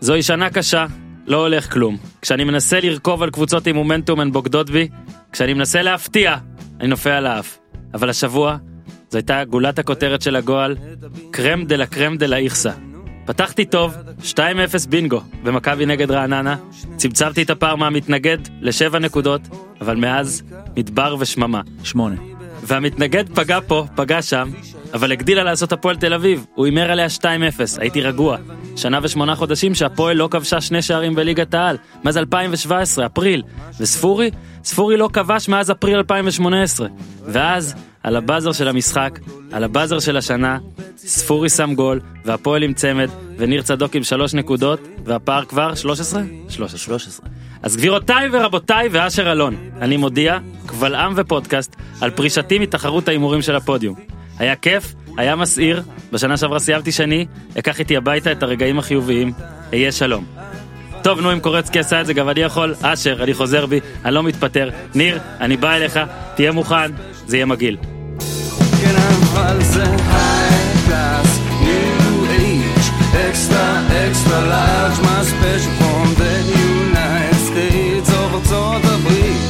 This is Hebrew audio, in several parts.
זוהי שנה קשה, לא הולך כלום. כשאני מנסה לרכוב על קבוצות עם מומנטום הן בוגדות בי, כשאני מנסה להפתיע, אני נופל על האף. אבל השבוע, זו הייתה גולת הכותרת של הגועל, קרם דלה קרם דלה איכסה. פתחתי טוב, 2-0 בינגו, במכבי נגד רעננה, צמצמתי את הפער מהמתנגד ל7 נקודות, אבל מאז, מדבר ושממה. 8. והמתנגד פגע פה, פגע שם, אבל הגדילה לעשות הפועל תל אביב, הוא אימר עליה 2-0, הייתי רגוע. 1 ו8 חודשים שהפועל לא כבשה 2 שערים בליגת העל, מאז 2017, אפריל. וספורי? ספורי לא כבש מאז אפריל 2018. ואז, על הבאזר של המשחק, על הבאזר של השנה, ספורי שם גול, והפועל עם צמד, וניר צדוק עם 3 נקודות, והפער כבר 13? 13. אז גבירותיי ורבותיי ואשר אלון, אני מודיע, קבל עם ופודקאסט, על פרישתי מתחרות האימורים של הפודיום. היה כיף, היה מסעיר, בשנה שעברה סיימתי שני, אקח איתי הביתה את הרגעים החיוביים, אהיה שלום. טוב, נו, אם קורצקי עשה את זה, גם אני יכול, אשר, אני חוזר בי, אני לא מתפטר, ניר, אני בא אליך, תהיה מוכן, זה יהיה מגעיל. כן, אבל זה high class, new age, extra large, my special from the United States of ארצות הברית.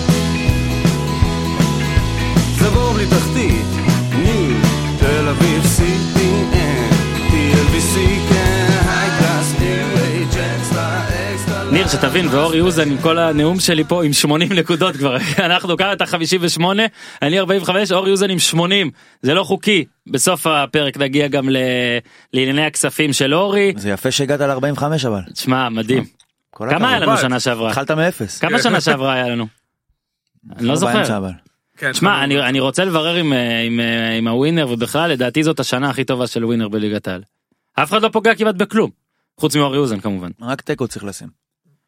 זה בור בלי תחתית, new, תל אביב, CPN, TLBC, כן, high class, new age, extra ניר, שתבין, ואורי אוזן עם כל הנאום שלי פה עם 80 נקודות כבר, אנחנו כאן, אתה 58, אני 45, אורי אוזן עם 80, זה לא חוקי, בסוף הפרק נגיע גם לענייני הכספים של אורי. זה יפה שהגעת ל-45 אבל. תשמע, מדהים. כמה היה לנו שנה שעברה? התחלת מ-0. כמה שנה שעברה היה לנו? אני לא זוכר. תשמע, אני רוצה לברר עם הווינר, ובכלל, לדעתי זאת השנה הכי טובה של ווינר בליגת העל. אף אחד לא פוגע כמעט בכלום, חוץ מאורי אוזן כמובן. רק טקו צריך לשים.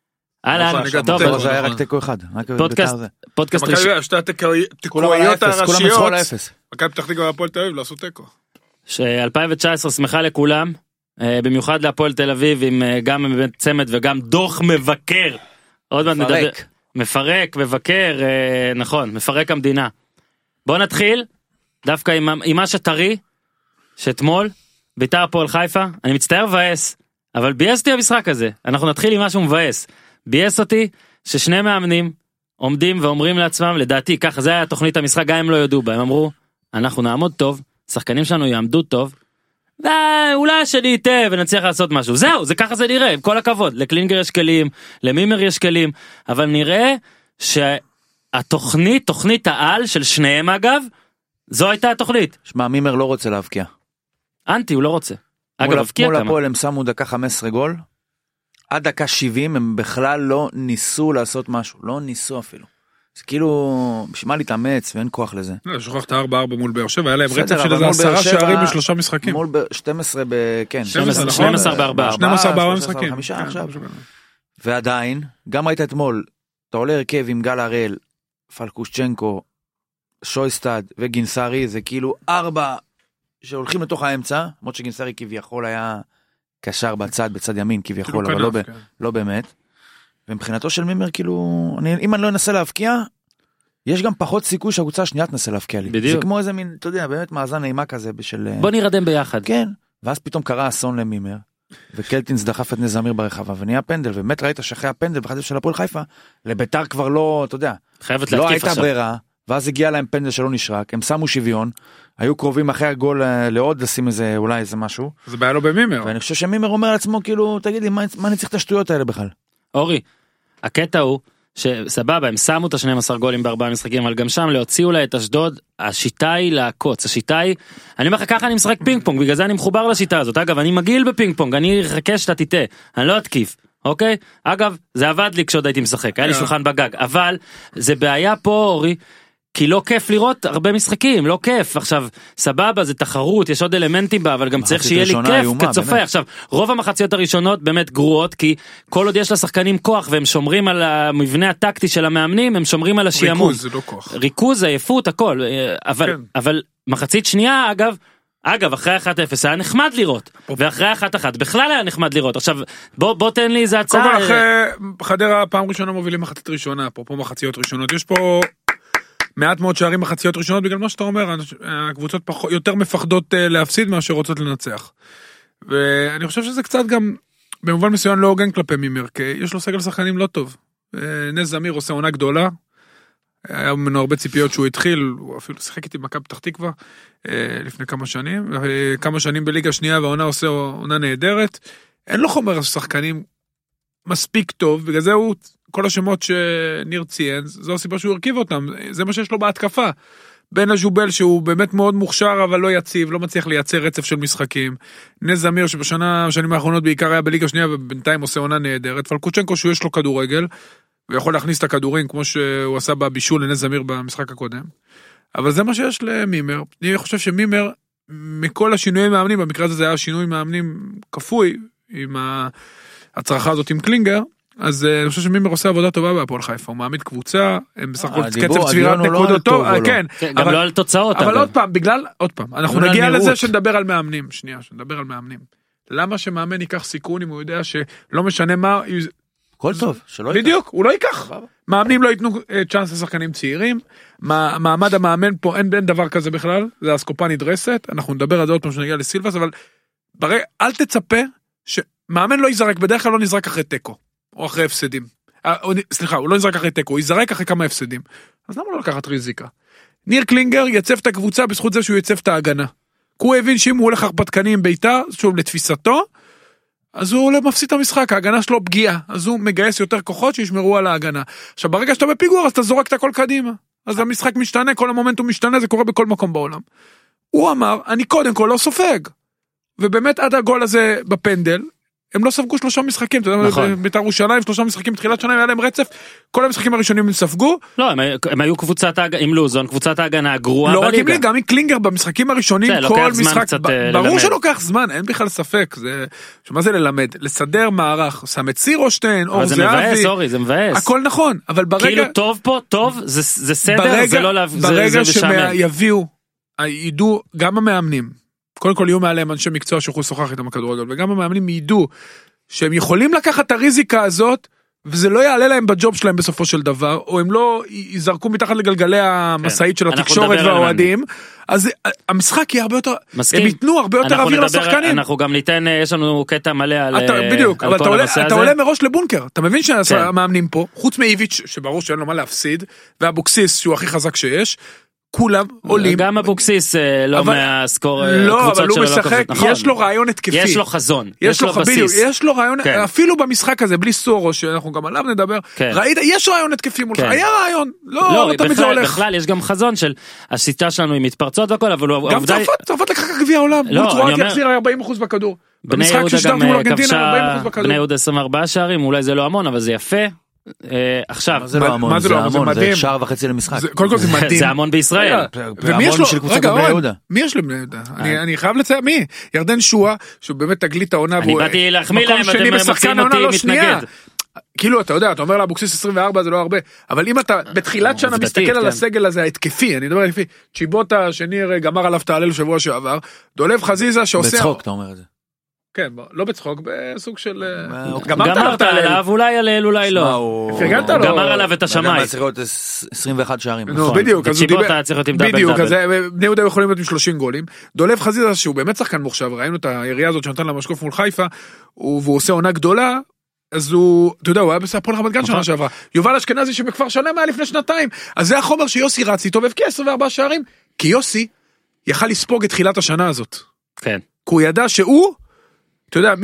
טוב, זה היה רק טקו אחד. פודקאסט שתי התיקויות הראשיות, מכבי פתח תקווה והפועל תל אביב לעשו תיקו. 2019 שמחה לכולם, במיוחד להפועל תל אביב עם גם צמד וגם דוח מבקר. עוד מעט נדבר. מפרק, מבקר, נכון, מפרק המדינה. בוא נתחיל דווקא עם מה שטרי, שאתמול בית"ר הפועל חיפה, אני מצטער מבאס, אבל בייסתי המשחק הזה. אנחנו נתחיל עם משהו מבאס. בייס אותי ששני מאמנים עומדים ואומרים לעצמם, לדעתי, ככה זה היה תוכנית המשחק, גם הם לא יודעו בה, הם אמרו, אנחנו נעמוד טוב, שחקנים שלנו יעמדו טוב, ואולי שלי איתה ונצליח לעשות משהו. זהו, זה ככה זה נראה, עם כל הכבוד. לקלינגר יש כלים, למימר יש כלים, אבל נראה שהתוכנית, תוכנית העל של שניהם אגב, זו הייתה התוכנית. שמע, מימר לא רוצה להבקיע. אנטי, הוא לא רוצה. אגב, הבקיע כמה. מול הפועל הם שמו דקה 15 גול, עד דקה 70 הם בכלל לא ניסו לעשות משהו, לא ניסו אפילו. זה כאילו, בשביל להתאמץ ואין כוח לזה. שוכח את ה-4-4 מול באר שבע, היה להם רצף של איזה 10 שערים ב3 משחקים. מול 12 כן. 12 ב4. 12 ב4 משחקים. ועדיין, גם ראית אתמול, אתה עולה הרכב עם גל הראל, פלקושצ'נקו, שויסטד וגינסרי, זה כאילו 4 שהולכים לתוך האמצע, למרות שגינסרי כביכול היה קשר בצד ימין כביכול, אבל לא באמת. ומבחינתו של מימר, כאילו, אם אני לא אנסה להבקיע, יש גם פחות סיכוי שהקבוצה השנייה תנסה להבקיע לי. בדיוק. זה כמו איזה מין, אתה יודע, באמת מאזן נעימה כזה בשל... בוא נרדם ביחד. כן, ואז פתאום קרה אסון למימר, וקלטינס דחף את נזמיר ברחבה, ונהיה פנדל, ובאמת ראית שאחרי הפנדל, בחצי של הפועל חיפה, לביתר כבר לא, אתה יודע, לא הייתה ברירה, ואז הגיע להם פנדל שלא נשרק, הם שמו שוויון, היו קרובים אחרי הגול לעוד לשים איזה, אולי איזה משהו. זה בעיה לו במימר. ואני חושב שמימר אומר לעצמו, כאילו, תגיד לי, מה אני צריך את השטויות האלה בכלל? אורי, הקטע הוא שסבבה, הם שמו את ה-12 גולים ב4 משחקים, אבל גם שם להוציא אולי את אשדוד, השיטה היא לעקוץ, השיטה היא, אני אומר לך ככה אני משחק פינג פונג, בגלל זה אני מחובר לשיטה הזאת, אגב אני מגעיל בפינג פונג, אני אחכה שאתה תיתה, אני לא אתקיף, אוקיי? אגב, זה עבד לי כשעוד הייתי משחק, היה לי שולחן בגג, אבל זה בעיה פה אורי, כי לא כיף לראות הרבה משחקים, לא כיף. עכשיו, סבבה, זה תחרות, יש עוד אלמנטים בה, אבל גם צריך שיהיה לי כיף כצופה. עכשיו, רוב המחציות הראשונות באמת גרועות, כי כל עוד יש לשחקנים כוח, והם שומרים על המבנה הטקטי של המאמנים, הם שומרים על השיעמום. ריכוז, זה לא כוח. ריכוז, עייפות, הכל. אבל מחצית שנייה, אגב, אחרי 1-0 היה נחמד לראות, ואחרי 1-1 בכלל היה נחמד לראות. עכשיו, בוא תן לי איזה הצעה. כל אחרי חדרה פעם ראשונה מובילים מחצית ראשונה, פה מחציות ראשונות. יש פה מעט מאוד שערים מחציות ראשונות, בגלל מה שאתה אומר, הקבוצות יותר מפחדות להפסיד מאשר רוצות לנצח. ואני חושב שזה קצת גם במובן מסוים לא הוגן כלפי מימר, כי יש לו סגל שחקנים לא טוב. נס זמיר עושה עונה גדולה, היה ממנו הרבה ציפיות שהוא התחיל, הוא אפילו שיחק איתי במכבי פתח תקווה, לפני כמה שנים בליגה שנייה, והעונה עושה עונה נהדרת, אין לו חומר שחקנים מספיק טוב, בגלל זה הוא, כל השמות שניר ציין, זו הסיבה שהוא הרכיב אותם, זה מה שיש לו בהתקפה, בין הז'ובל שהוא באמת מאוד מוכשר, אבל לא יציב, לא מצליח לייצר רצף של משחקים, נס זמיר שבשנים האחרונות בעיקר היה בליגה שנייה, ובינתיים עושה עונה נהדרת, פלקוצ'נקו שהוא יש לו כדורגל, הוא יכול להכניס את הכדורים כמו שהוא עשה בבישול לנס זמיר במשחק הקודם, אבל זה מה שיש למימר. אני חושב שמימר, מכל השינויי מאמנים, במקרה הזה זה היה שינוי מאמנים כפוי, עם ההצרחה הזאת עם קלינגר, אז אני חושב שמימר עושה עבודה טובה בהפועל חיפה, הוא מעמיד קבוצה, הם בסך הכל קצב צבירת נקודות טוב, כן, גם לא על תוצאות. אבל עוד פעם, אנחנו נגיע לזה שנדבר על מאמנים, שנייה, שנדבר על מאמנים. למה שמאמן ייקח סיכון אם הוא יודע שלא משנה מה, כל טוב, שלא ייקח. בדיוק, הוא לא ייקח. מאמנים לא ייתנו צ'אנס לשחקנים צעירים, מעמד המאמן פה אין דבר כזה בכלל, זה אסקופה נדרסת, אנחנו נדבר על זה עוד פעם שנגיע לסילבס, אבל אל תצפה שמאמן לא יזרק, בדרך כלל לא נזרק אחרי טקו, או אחרי הפסדים. סליחה, הוא לא נזרק אחרי טקו, הוא יזרק אחרי כמה הפסדים. אז למה לא לקחת ריזיקה? ניר קלינגר יצב את הקבוצה בזכות זה שהוא יצב את ההגנה. כי הוא הבין שאם הוא הולך הרפתקני עם ביתר, שוב לתפיסתו, אז הוא מפסיד את המשחק, ההגנה שלו פגיעה, אז הוא מגייס יותר כוחות שישמרו על ההגנה. עכשיו ברגע שאתה בפיגור, אז אתה זורק את הכל קדימה. אז המשחק משתנה, כל המומנטום משתנה, זה קורה בכל מקום בעולם. הוא אמר, אני קודם כל לא סופג. ובאמת עד הגול הזה בפנדל, הם לא ספגו 3 משחקים, אתה יודע, בית"ר ירושלים, 3 משחקים בתחילת שנה, היה להם רצף, כל המשחקים הראשונים הם ספגו. לא, הם היו קבוצת, עם לוזון, קבוצת ההגנה הגרועה בליגה. לא רק עם לי, גם עם קלינגר במשחקים הראשונים, כל משחק, ברור שלוקח זמן, אין בכלל ספק, מה זה ללמד? לסדר מערך, שם את סירושטיין, אור זהבי. זה מבאס. הכל נכון, אבל ברגע... כאילו טוב פה, טוב, זה סדר, זה לא להביא, ברגע שיביאו, ידעו גם המאמנים, קודם כל יהיו מעליהם אנשי מקצוע שיוכלו לשוחח איתם הכדורגל, וגם המאמנים ידעו שהם יכולים לקחת את הריזיקה הזאת, וזה לא יעלה להם בג'וב שלהם בסופו של דבר, או הם לא יזרקו מתחת לגלגלי המסעית של התקשורת והאוהדים, אז המשחק יהיה הרבה יותר, הם ייתנו הרבה יותר אוויר לשחקנים. אנחנו גם ניתן, יש לנו קטע מלא על כל הנושא הזה. בדיוק, אבל אתה עולה מראש לבונקר, אתה מבין שהמאמנים פה, חוץ מאיביץ' שברור שאין לו מה להפסיד, והבוקסיס שהוא הכי חזק שיש, כולם עולים. גם אבוקסיס לא מהסקור, לא, אבל הוא משחק, יש לו רעיון התקפי. יש לו חזון, יש לו בסיס. יש לו רעיון, אפילו במשחק הזה, בלי סורו, שאנחנו גם עליו נדבר, ראית, יש רעיון התקפי מולך, היה רעיון, לא תמיד זה הולך. בכלל, יש גם חזון של השיטה שלנו עם מתפרצות והכל, אבל גם צרפת לקחה גביע העולם, מוטרואט יחזיר 40% בכדור. בני יהודה גם כבשה, בני יהודה 24 שערים, אולי זה לא המון, אבל זה יפה. עכשיו זה לא המון, זה המון, זה 1.5 שעה למשחק. קודם כל זה מדהים. זה המון בישראל. ומי יש לו? רגע, מי יש לו בני יהודה? אני חייב לציין, מי? ירדן שואה, שהוא באמת תגלית העונה. אני באתי להחמיא להם, אתם מוצאים אותי מתנגד. כאילו אתה יודע, אתה אומר לאבוקסיס 24 זה לא הרבה, אבל אם אתה בתחילת שנה מסתכל על הסגל הזה ההתקפי, אני מדבר על התקפי, צ'יבוטה שניר גמר עליו תעלל שבוע שעבר, דולב חזיזה שעושה... בצחוק אתה אומר את זה. כן, לא בצחוק, בסוג של... גמרת עליו, אולי ילל, אולי לא. פרגנת לו. גמר עליו את השמיים. צריך להיות 21 שערים. בדיוק, וצ'יבוטה צריך להיות עם דאבל. בדיוק, אז בני יהודה יכולים להיות עם 30 גולים. דולב חזיזה, שהוא באמת שחקן מוחשב, ראינו את הירייה הזאת שנתן לה משקוף מול חיפה, והוא עושה עונה גדולה, אז הוא, אתה יודע, הוא היה בהפועל רמת גן שנה שעברה. יובל אשכנזי שבכפר שלם היה לפני שנתיים. אז זה החומר שיוסי רץ איתו, והבקיע 24 שערים, כי יוסי יכל לספוג את תחילת השנה הזאת. כן. כי הוא ידע שהוא, אתה יודע,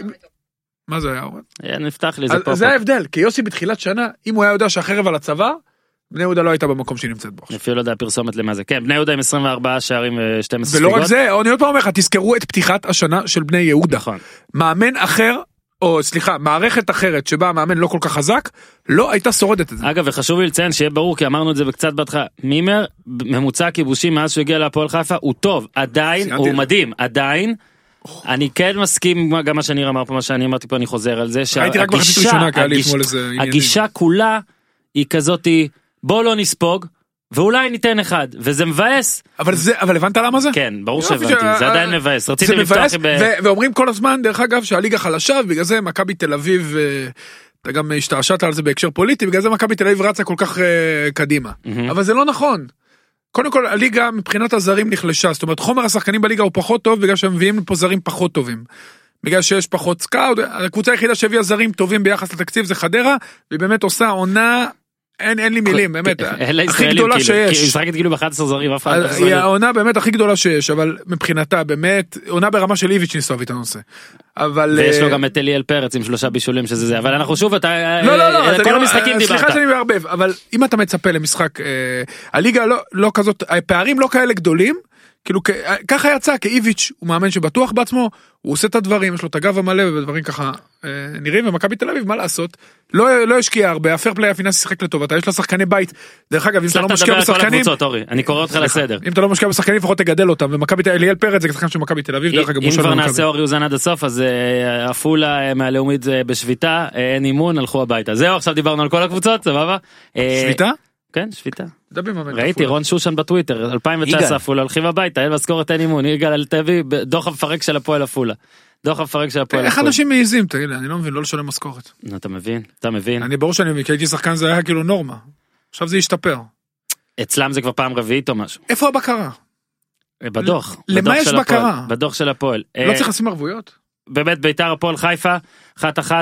מה זה היה? נפתח לי, זה פה. זה ההבדל, כי יוסי בתחילת שנה, אם הוא היה יודע שהחרב על הצבא, בני יהודה לא הייתה במקום שהיא נמצאת בו. אפילו לא יודע פרסומת למה זה. כן, בני יהודה עם 24 שערים ו12 ספיגות. ולא רק זה, אני עוד פעם אומר לך, תזכרו את פתיחת השנה של בני יהודה. מאמן אחר, או סליחה, מערכת אחרת שבה המאמן לא כל כך חזק, לא הייתה שורדת את זה. אגב, וחשוב לי לציין שיהיה ברור, כי אמרנו את זה בקצת בהתחלה, מימר, ממוצע כיבושים מאז שהוא הגיע להפועל חיפה, הוא טוב, עדיין, הוא מדהים, עדיין, אני כן מסכים גם מה שאני אמר פה, מה שאני אמרתי פה, אני חוזר על זה, שהגישה כולה היא כזאת, בוא לא נספוג, ואולי ניתן אחד, וזה מבאס. אבל הבנת למה זה? כן, ברור שהבנתי, זה עדיין מבאס. רציתי לפתוח ואומרים כל הזמן, דרך אגב, שהליגה חלשה, ובגלל זה מכבי תל אביב, אתה גם השתעשעת על זה בהקשר פוליטי, בגלל זה מכבי תל אביב רצה כל כך קדימה. אבל זה לא נכון. קודם כל, הליגה מבחינת הזרים נחלשה, זאת אומרת, חומר השחקנים בליגה הוא פחות טוב, בגלל שהם מביאים פה זרים פחות טובים. בגלל שיש פחות סקאוט, הקבוצה היחידה שהביאה זרים טובים ביחס לתקציב זה חדרה, והיא באמת עושה עונה, אין לי מילים, באמת, הכי גדולה שיש. היא משחקת כאילו ב-11 זרים, אף אחד. היא העונה באמת הכי גדולה שיש, אבל מבחינתה באמת, עונה ברמה של איביץ' ניסו את הנושא. ויש לו גם את אליאל פרץ עם 3 בישולים שזה זה, אבל אנחנו שוב, כל המשחקים דיברת. סליחה שאני מערבב, אבל אם אתה מצפה למשחק, הליגה לא כזאת, הפערים לא כאלה גדולים, כאילו ככה יצא, כאיביץ' הוא מאמן שבטוח בעצמו, הוא עושה את הדברים, יש לו את הגב המלא ודברים ככה נראים, ומכבי תל אביב, מה לעשות? לא השקיע הרבה, הפייר פליי הפיננסי שיחק לטובתה, יש לה שחקני בית, דרך אגב, אם אתה לא משקיע בשחקנים, אני קורא אותך לסדר. אם אתה לא משקיע בשחקנים, לפחות תגדל אותם, ומכבי אליאל פרץ זה שחקן של מכבי תל אביב, דרך אגב, אם כבר נעשה אור יוזן עד הסוף, אז עפולה מהלאומית בשביתה, אין אימון, הלכו הביתה. זהו, עכשיו דיברנו על כל הקבוצות, סבבה? שביתה? כן, שביתה. ראיתי רון שושן בטוויטר, 2019 עפולה, הולכים הביתה, אין משכורת, אין אימון, יגאל אלטבי, דוח המפרק של הפועל עפולה. דוח המפרק של הפועל. איך אנשים מעיזים, תגיד לי, אני לא מבין, לא לשלם משכורת. אתה מבין. אני ברור שאני מבין, כי הייתי שחקן זה היה כאילו נורמה. עכשיו זה ישתפר. אצלם זה כבר פעם רביעית או משהו. איפה הבקרה? בדוח. למה יש בקרה? בדוח של הפועל. לא צריך לשים ערבויות? באמת ביתר הפועל חיפה, 1-1,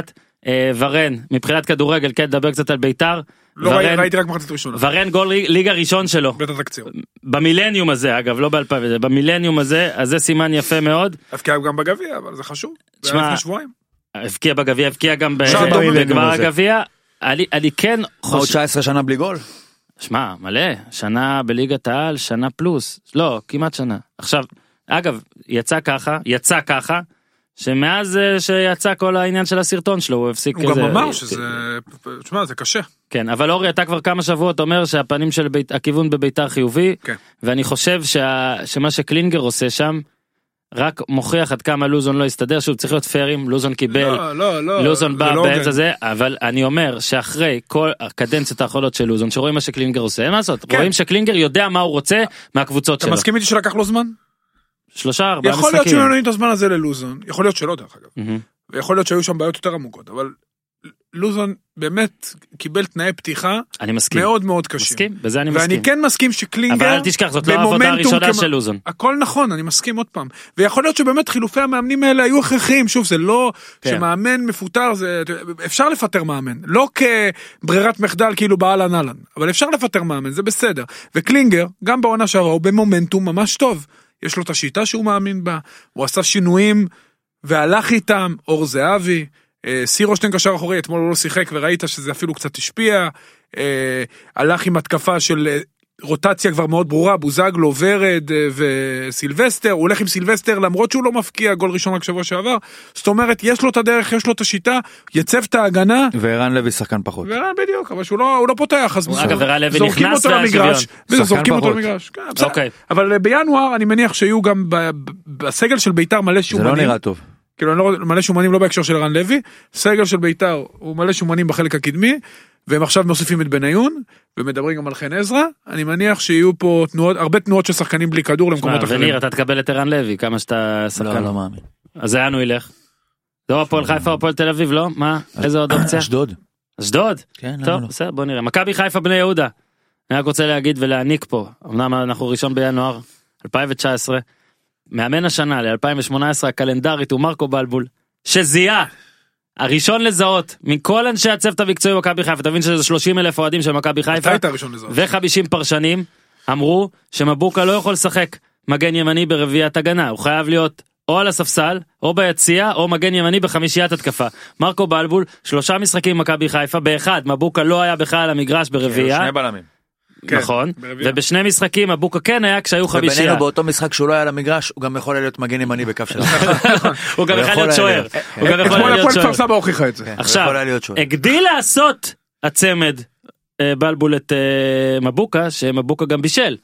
ורן, מבחינת כדורגל, כן, דבר קצת על ביתר. לא ראיתי רק מחצית ראשונה. ורן גול ליגה ראשון שלו. בית התקציר. במילניום הזה, אגב, לא ב-2000, במילניום הזה, אז זה סימן יפה מאוד. הבקיע גם בגביע, אבל זה חשוב. זה היה לפני שבועיים. הבקיע בגביע, הבקיע גם בגמר הגביע. אני כן חושב... עוד 19 שנה בלי גול? שמע, מלא, שנה בליגת העל, שנה פלוס. לא, כמעט שנה. עכשיו, אגב, יצא ככה, שמאז שיצא כל העניין של הסרטון שלו, הוא הפסיק כזה. הוא גם אמר שזה, תשמע, זה קשה. כן, אבל אורי, אתה כבר כמה שבועות אומר שהפנים של הכיוון בביתר חיובי, כן. ואני חושב שמה שקלינגר עושה שם, רק מוכיח עד כמה לוזון לא יסתדר, שוב צריך להיות פיירים, לוזון קיבל, לוזון בא באמצע זה, אבל אני אומר שאחרי כל הקדנציות האחרונות של לוזון, שרואים מה שקלינגר עושה, אין מה לעשות, רואים שקלינגר יודע מה הוא רוצה מהקבוצות שלו. אתה מסכים איתי שלקח לו זמן? 3-4 משחקים. יכול להיות שהם נותנים את הזמן הזה ללוזון, יכול להיות שלא דרך אגב, ויכול להיות שהיו שם בעיות יותר עמוקות, אבל לוזון באמת קיבל תנאי פתיחה מאוד מאוד קשים. מסכים, בזה אני מסכים. ואני כן מסכים שקלינגר... אבל אל תשכח, זאת לא העבודה הראשונה של לוזון. הכל נכון, אני מסכים עוד פעם. ויכול להיות שבאמת חילופי המאמנים האלה היו הכרחיים, שוב, זה לא שמאמן מפוטר, אפשר לפטר מאמן, לא כברירת מחדל כאילו באלן אלן, אבל אפשר לפטר מאמן, זה בסדר. וקלינגר, גם בעונה שעברה, הוא במומנטום ממש טוב. יש לו את השיטה שהוא מאמין בה, הוא עשה שינויים והלך איתם, אור זהבי, סירושטיין קשר אחורי, אתמול הוא לא שיחק וראית שזה אפילו קצת השפיע, הלך עם התקפה של רוטציה כבר מאוד ברורה, בוזגלו, ורד וסילבסטר, הוא הולך עם סילבסטר למרות שהוא לא מפקיע גול ראשון רק שבוע שעבר, זאת אומרת יש לו את הדרך, יש לו את השיטה, יצב את ההגנה. וערן לוי שחקן פחות. וערן בדיוק, אבל שהוא לא פותח, אז אגב, ערן לוי נכנס והשוויון. זורקים אותו למגרש. אבל בינואר אני מניח שיהיו גם בסגל של ביתר מלא שומנים. זה לא נראה טוב. כאילו מלא שומנים לא בהקשר של ערן לוי, סגל של ביתר הוא מלא שומנים בחלק הקדמי, והם עכשיו מוסיפים את בניון, ומדברים גם על חן עזרא, אני מניח שיהיו פה הרבה תנועות של שחקנים בלי כדור למקומות אחרים. וניר, אתה תקבל את ערן לוי, כמה שאתה שחקן. לא מאמין. אז לאן הוא ילך? לא הפועל חיפה או הפועל תל אביב, לא? מה? איזה עוד אופציה? אשדוד. אשדוד? כן, טוב, בסדר, בוא נראה. מכבי חיפה בני יהודה. אני רק רוצה להגיד ולהעניק פה, אמנם אנחנו ראשון בינואר 2019, מאמן השנה ל-2018 הקלנדרית הוא מרקו בלבול, שזיהה, הראשון לזהות, מכל אנשי הצוות המקצועי במכבי חיפה, תבין שזה 30,000 אוהדים של מכבי חיפה, ו50 פרשנים, אמרו שמבוקה לא יכול לשחק מגן ימני ברביעיית הגנה, הוא חייב להיות או על הספסל, או ביציע, או מגן ימני בחמישיית התקפה. מרקו בלבול, 3 משחקים מכבי חיפה, באחד, מבוקה לא היה בכלל על המגרש ברביעייה. 2 בלמים. נכון, ובשני משחקים מבוקה כן היה כשהיו 5. ובינינו באותו משחק שהוא לא היה למגרש, הוא גם יכול להיות מגן ימני בקו שלו. הוא גם יכול להיות שוער. הוא גם יכול להיות שוער. עכשיו, הגדיל לעשות הצמד בלבול את מבוקה, שמבוקה גם בישל.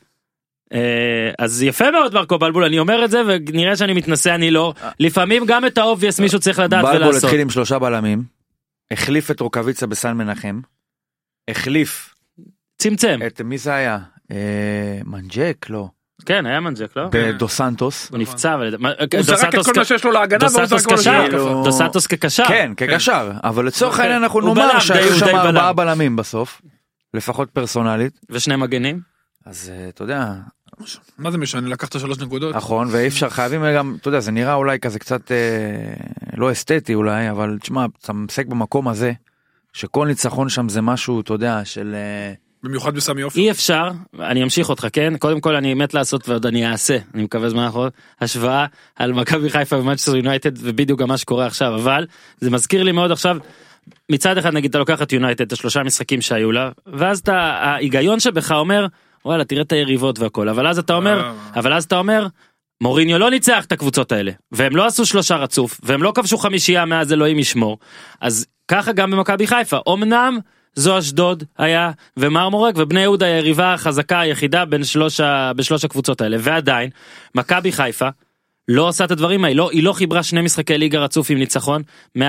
אז יפה מאוד מרקו בלבול, אני אומר את זה ונראה שאני מתנסה, אני לא. לפעמים גם את האובייס מישהו צריך לדעת ולעשות. בלבול התחיל עם 3 בלמים, החליף את רוקביצה בסן מנחם, החליף צמצם. את מי זה היה? מנג'ק? לא. כן, היה מנג'ק, לא? בדו סנטוס. הוא נפצע. הוא זרק את כל מה שיש לו להגנה, דו סנטוס כקשר. כן, כקשר. אבל לצורך העניין אנחנו נאמר שהיו שם 4 בלמים בסוף. לפחות פרסונלית. ו2 מגנים. אז אתה יודע, מה זה משנה? לקחת 3 נקודות? נכון, ואי אפשר, חייבים גם, אתה יודע, זה נראה אולי כזה קצת לא אסתטי אולי, אבל תשמע, אתה מסק במקום הזה, שכל ניצחון שם זה משהו, אתה יודע, של... במיוחד בסמי אופן. אי אפשר, אני אמשיך אותך, כן? קודם כל אני מת לעשות ועוד אני אעשה, אני מקווה זמן אחרון, השוואה על מכבי חיפה ומנצ'סטר יונייטד, ובדיוק גם מה שקורה עכשיו, אבל זה מזכיר לי מאוד עכשיו, מצד אחד נגיד אתה לוקח את יונייטד, את 3 משחקים שהיו לה, ואז ההיגיון שבך אומר, וואלה תראה את היריבות והכל, אבל אז אתה אומר, מוריניו לא ניצח את הקבוצות האלה, והם לא עשו 3 רצוף, והם לא כבשו 5 מאז אלוהים ישמור, אז ככה גם במכבי חיפה, אמנם זו אשדוד היה ומרמורק ובני יהודה היריבה החזקה היחידה בשלוש הקבוצות האלה, ועדיין מכבי חיפה לא עושה את הדברים האלה, היא לא חיברה 2 משחקי ליגה רצוף עם ניצחון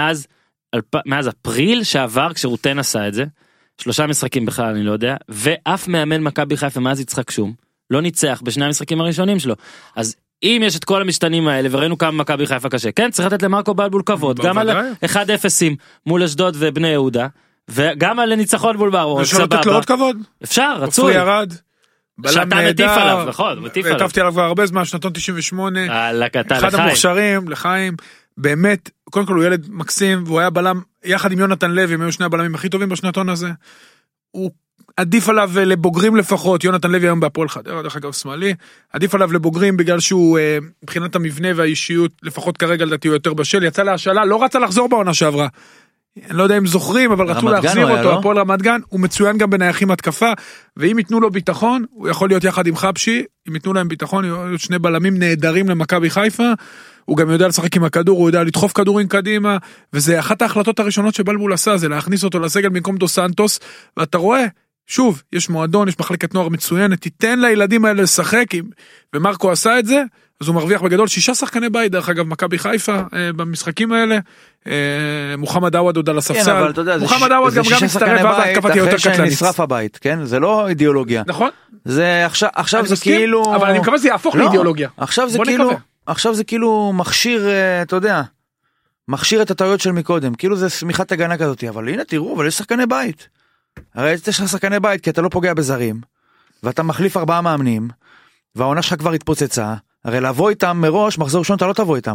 מאז אפריל שעבר כשרוטן עשה את זה, 3 משחקים בכלל אני לא יודע, ואף מאמן מכבי חיפה מאז יצחק שום לא ניצח ב2 המשחקים הראשונים שלו, אז אם יש את כל המשתנים האלה וראינו כמה מכבי חיפה קשה, כן צריך לתת למרקו בלבול כבוד, גם על 1-0 מול אשדוד ובני יהודה, וגם על ניצחון מול ברמורק, אפשר לתת לו עוד כבוד? אפשר, רצוי. ירד, שאתה מטיף עליו, נכון, מטיף עליו. הטפתי עליו כבר הרבה זמן, שנתון 98, אחד המוכשרים, לחיים, באמת, קודם כל הוא ילד מקסים, והוא היה בלם, יחד עם יונתן לוי, הם היו 2 הבלמים הכי טובים בשנתון הזה, הוא עדיף עליו לבוגרים לפחות, יונתן לוי היום בהפועל חדרה, דרך אגב שמאלי, עדיף עליו לבוגרים בגלל שהוא, מבחינת המבנה והאישיות, לפחות כרגע לדעתי הוא יותר בשל, יצא להשאלה, לא רצה לחזור בעונה שעברה, אני לא יודע אם זוכרים, אבל רצו להחזיר אותו, הפועל רמת גן, הוא מצוין גם בנייחים התקפה, ואם ייתנו לו ביטחון, הוא יכול להיות יחד עם חבשי, אם ייתנו להם ביטחון, יהיו 2 בלמים נהדרים למכבי חיפה, הוא גם יודע לשחק עם הכדור, הוא יודע לדחוף כדורים קדימה, וזה אחת ההחלטות הראשונות שבלבול עשה, זה להכניס אותו לסגל במקום דו סנטוס, ואתה רואה, שוב, יש מועדון, יש מחלקת נוער מצוינת, תיתן לילדים האלה לשחק, ומרקו עשה את זה, אז הוא מרוויח בגדול 6 שחקני בית, דרך אגב, מכבי חיפה במשחקים האלה, מוחמד עווד עוד על הספסל, מוחמד עווד גם מצטרף, ואז ההתקפה תהיה יותר קטלנית. אחרי שנשרף הבית, כן? זה לא אידיאולוגיה. נכון. זה עכשיו זה כאילו... אבל אני מקווה שזה יהפוך לאידיאולוגיה. עכשיו זה כאילו מכשיר, אתה יודע, מכשיר את הטעויות של מקודם, כאילו זה סמיכת הגנה כזאת, אבל הנה תראו, אבל יש שחקני בית. הרי יש לך שחקני בית, כי אתה לא פוגע בזרים, ואתה מחליף 4 מאמנים, והעונה שלך כבר התפוצצה, הרי לבוא איתם מראש, מחזור ראשון אתה לא תבוא איתם.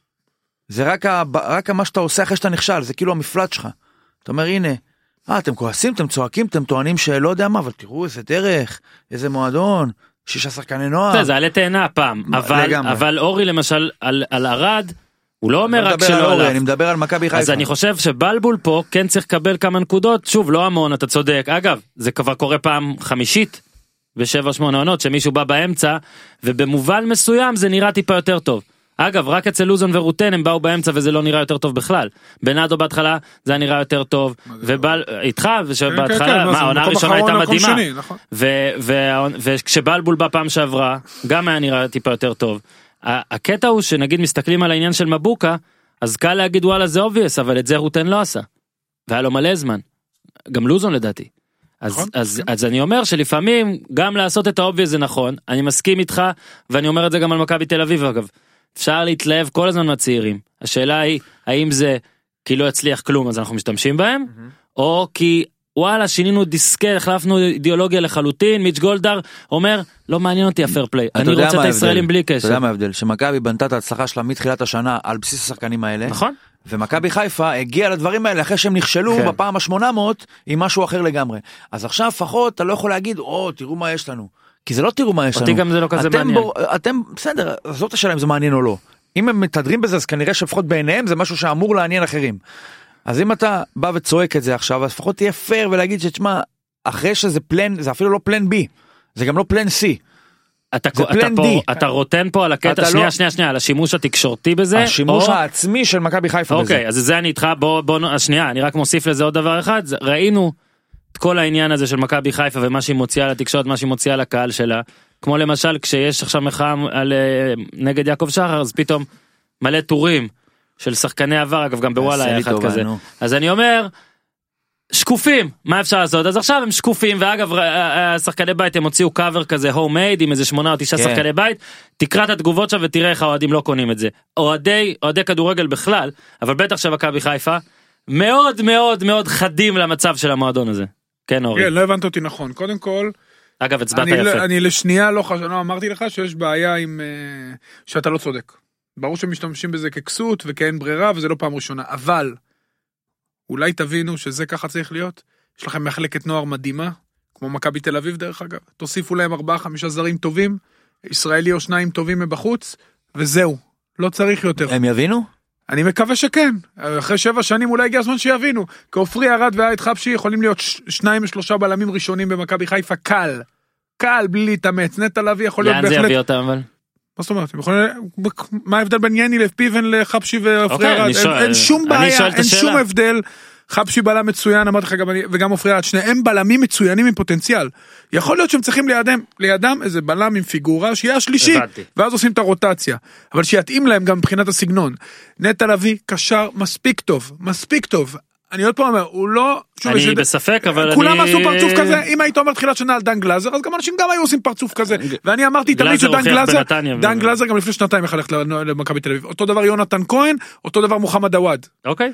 זה רק מה שאתה עושה אחרי שאתה נכשל, זה כאילו המפלט שלך. אתה אומר, הנה, אתם כועסים, אתם צועקים, אתם טוענים שלא יודע מה, אבל תראו איזה דרך, איזה מועדון, 6 שחקני נוער. זה עלה תאנה הפעם, אבל אורי למשל, על ארד, הוא לא אומר רק שלא עליו. אני מדבר על מכבי חיפה. אז אני חושב שבלבול פה כן צריך לקבל כמה נקודות, שוב, לא המון, אתה צודק. אגב, זה כבר קורה פעם 5 ב7-8 עונות, שמישהו בא באמצע, ובמובן מסוים זה נראה טיפה יותר טוב. אגב, רק אצל לוזון ורוטן הם באו באמצע וזה לא נראה יותר טוב בכלל. בנאדו בהתחלה זה נראה יותר טוב, איתך, ושבהתחלה, מה, העונה הראשונה הייתה מדהימה. וכשבלבול בא פעם שעברה, גם היה נראה טיפה יותר טוב. הקטע הוא שנגיד מסתכלים על העניין של מבוקה, אז קל להגיד וואלה זה obvious, אבל את זה רוטן לא עשה. והיה לו מלא זמן. גם לוזון לדעתי. אז אני אומר שלפעמים גם לעשות את האובייס זה נכון, אני מסכים איתך, ואני אומר את זה גם על מכבי תל אביב אגב. אפשר להתלהב כל הזמן מהצעירים. השאלה היא, האם זה כי לא יצליח כלום אז אנחנו משתמשים בהם, או כי וואלה שינינו דיסקט, החלפנו אידיאולוגיה לחלוטין, מיץ' גולדהר אומר, לא מעניין אותי הפייר פליי, אני רוצה את הישראלים בלי קשר. אתה יודע מה ההבדל? שמכבי בנתה את ההצלחה שלה מתחילת השנה על בסיס השחקנים האלה. נכון. ומכבי חיפה הגיעה לדברים האלה אחרי שהם נכשלו בפעם ה-800 עם משהו אחר לגמרי. אז עכשיו לפחות אתה לא יכול להגיד, תראו מה יש לנו. כי זה לא תראו מה יש לנו. אותי גם זה לא כזה מעניין. אתם, בסדר, זאת השאלה אם זה מעניין או לא. אם הם מתהדרים בזה, אז כנראה שלפחות בעיניהם זה משהו שאמור לעניין אחרים. אז אם אתה בא וצועק את זה עכשיו, אז לפחות תהיה פייר ולהגיד שתשמע, אחרי שזה פלן, זה אפילו לא פלן B, זה גם לא פלן C. אתה רוטן פה על הקטע, שנייה, על השימוש התקשורתי בזה, השימוש העצמי של מכבי חיפה בזה. אוקיי, אז זה אני איתך, שנייה, אני רק מוסיף לזה עוד דבר אחד, ראינו את כל העניין הזה של מכבי חיפה, ומה שהיא מוציאה לתקשורת, מה שהיא מוציאה לקהל שלה, כמו למשל, כשיש עכשיו מחאה נגד יעקב שחר, אז פתאום מלא טורים של שחקני עבר, אגב גם בוואלה היה אחד כזה. אז אני אומר, שקופים, מה אפשר לעשות? אז עכשיו הם שקופים, ואגב, השחקני בית הם הוציאו קאבר כזה, הום-מייד, עם איזה 8 או 9 שחקני בית, תקרא את התגובות שם ותראה איך האוהדים לא קונים את זה. אוהדי כדורגל בכלל, אבל בטח שמכבי חיפה, מאוד מאוד מאוד חדים למצב של המועדון הזה. כן, אורי. כן, לא הבנת אותי נכון. קודם כל, אגב, הצבעת יפה. אני לשנייה לא אמרתי לך שיש בעיה עם שאתה לא צודק. ברור שמשתמשים בזה ככסות וכאין ברירה, וזה לא פעם ראשונה. אבל, אולי תבינו שזה ככה צריך להיות. יש לכם מחלקת נוער מדהימה, כמו מכבי תל אביב דרך אגב. תוסיפו להם 4-5 זרים טובים, ישראלי או 2 טובים מבחוץ, וזהו. לא צריך יותר. הם יבינו? אני מקווה שכן. אחרי 7 שנים אולי הגיע הזמן שיבינו. כי עופרי ארד והעד חבשי יכולים להיות 2-3 בלמים ראשונים במכבי חיפה, קל. קל, בלי להתאמץ. נטע לביא יכול להיות בהחלט... לאן זה יביא אותם אבל? מה זאת אומרת? מה ההבדל בין יני לפיבן לחבשי ועופרי ארד? אין שום בעיה, אין שום הבדל. חבשי בלם מצוין, אמרתי לך וגם עופרי ארד, שניהם בלמים מצוינים עם פוטנציאל. יכול להיות שהם צריכים לידם איזה בלם עם פיגורה, שיהיה השלישי, ואז עושים את הרוטציה. אבל שיתאים להם גם מבחינת הסגנון. נטע לביא קשר מספיק טוב. אני עוד פעם אומר, הוא לא... אני בספק, אבל כולם עשו פרצוף כזה, אם היית אומר תחילת שנה על דן גלאזר, אז גם אנשים גם היו עושים פרצוף כזה. ואני אמרתי תמיד שדן גלאזר גם לפני 2 יכול ללכת למכבי תל אביב. אותו דבר יונתן כהן, אותו דבר מוחמד עוואד. אוקיי.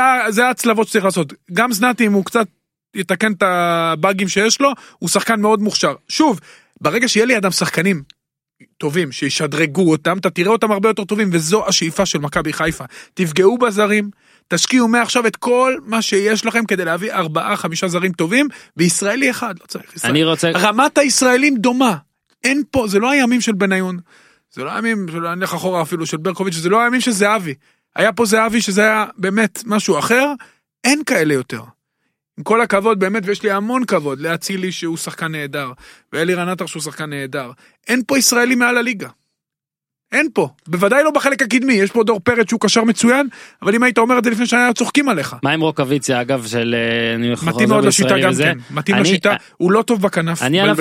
זה הצלבות שצריך לעשות. גם סנאטי, אם הוא קצת יתקן את הבאגים שיש לו, הוא שחקן מאוד מוכשר. שוב, ברגע שיהיה לי אדם שחקנים טובים, שישדרגו אותם, אתה תראה אותם הרבה יותר טובים, וזו השאיפה של מכבי חיפה. תפגעו בזרים, תשקיעו מעכשיו את כל מה שיש לכם כדי להביא 4-5 זרים טובים, בישראלי אחד, לא צריך ישראל. רמת הישראלים דומה. אין פה, זה לא הימים של בניון, זה לא הימים, אני לך אחורה אפילו של ברקוביץ', זה לא הימים של זהבי. היה פה זהבי שזה היה באמת משהו אחר, אין כאלה יותר. עם כל הכבוד באמת, ויש לי המון כבוד, להצילי שהוא שחקן נהדר, ואלי רנטר שהוא שחקן נהדר. אין פה ישראלי מעל הליגה. אין פה, בוודאי לא בחלק הקדמי, יש פה דור פרץ שהוא קשר מצוין, אבל אם היית אומר את זה לפני שנה, צוחקים עליך. מה עם רוקוויציה, אגב, של... מתאים מאוד לשיטה גם כן, מתאים לשיטה, הוא לא טוב בכנף. אני עליו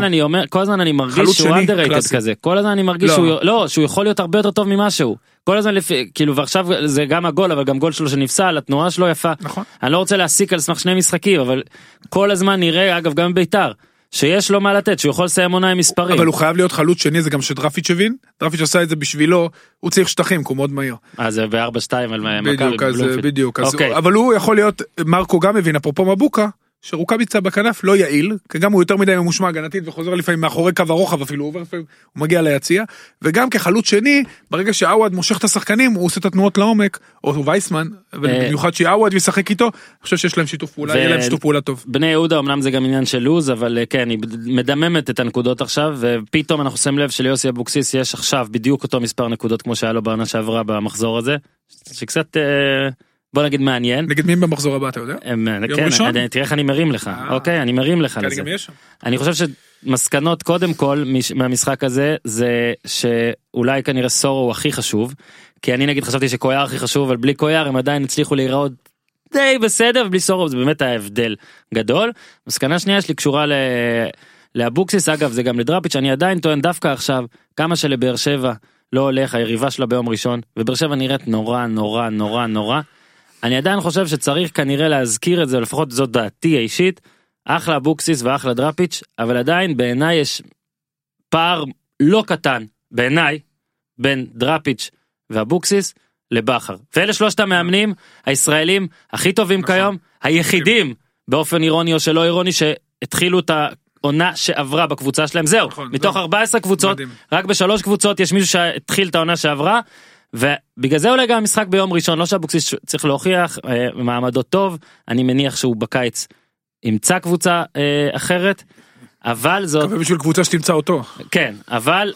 כל הזמן אני מרגיש שהוא underrated כזה, כל הזמן אני מרגיש שהוא יכול להיות הרבה יותר טוב ממה שהוא. כל הזמן לפי, כאילו, ועכשיו זה גם הגול, אבל גם גול שלו שנפסל, התנועה שלו יפה. נכון. אני לא רוצה להסיק על סמך 2 משחקים, אבל כל הזמן נראה, אגב, גם ביתר, שיש לו מה לתת, שהוא יכול לסיים עונה עם מספרים. אבל הוא חייב להיות חלוץ שני, זה גם שדרפיץ' הבין, דרפיץ' עשה את זה בשבילו, הוא צריך שטחים, כי הוא מאוד מהיר. זה ב-4-2 על מכבי בלומפילד. בדיוק, אבל הוא יכול להיות, מרקו גם הבין, אפרופו מבוקה, שרוקאביצה בכנף לא יעיל, כי גם הוא יותר מדי ממושמע הגנתית וחוזר לפעמים מאחורי קו הרוחב אפילו, הוא מגיע ליציע, וגם כחלוץ שני, ברגע שעווד מושך את השחקנים, הוא עושה את התנועות לעומק, או וייסמן, במיוחד שעווד וישחק איתו, אני חושב שיש להם שיתוף פעולה, יהיה להם שיתוף פעולה טוב. בני יהודה, אמנם זה גם עניין של לוז, אבל כן, היא מדממת את הנקודות עכשיו, ופתאום אנחנו שמים לב שליוסי אבוקסיס יש עכשיו בדיוק אותו מספר נקודות כמו שהיה לו בעונה שעברה במחזור הזה, שקצת בוא נגיד מעניין. נגד מי במחזור הבא, אתה יודע? כן, תראה איך אני מרים לך. אוקיי, אני מרים לך לזה. אני חושב שמסקנות קודם כל מהמשחק הזה, זה שאולי כנראה סורו הוא הכי חשוב, כי אני נגיד חשבתי שקויאר הכי חשוב, אבל בלי קויאר הם עדיין הצליחו להיראות די בסדר, ובלי סורו זה באמת ההבדל גדול. מסקנה שנייה שלי קשורה לאבוקסיס, אגב זה גם לדראפיץ', אני עדיין טוען דווקא עכשיו, כמה שלבאר שבע לא הולך, היריבה שלה ביום ראשון, ובאר שבע נראית נורא. אני עדיין חושב שצריך כנראה להזכיר את זה, לפחות זאת דעתי האישית, אחלה אבוקסיס ואחלה דראפיץ', אבל עדיין בעיניי יש פער לא קטן, בעיניי, בין דראפיץ' ואבוקסיס לבחר. ואלה 3 המאמנים הישראלים הכי טובים כיום, היחידים באופן אירוני או שלא אירוני, שהתחילו את העונה שעברה בקבוצה שלהם, זהו, מתוך 14 קבוצות, רק ב3 קבוצות יש מישהו שהתחיל את העונה שעברה, ובגלל זה אולי גם המשחק ביום ראשון, לא שאבוקסיס צריך להוכיח, מעמדו טוב, אני מניח שהוא בקיץ ימצא קבוצה אחרת, אבל זאת... קווה בשביל קבוצה שתמצא אותו. כן, אבל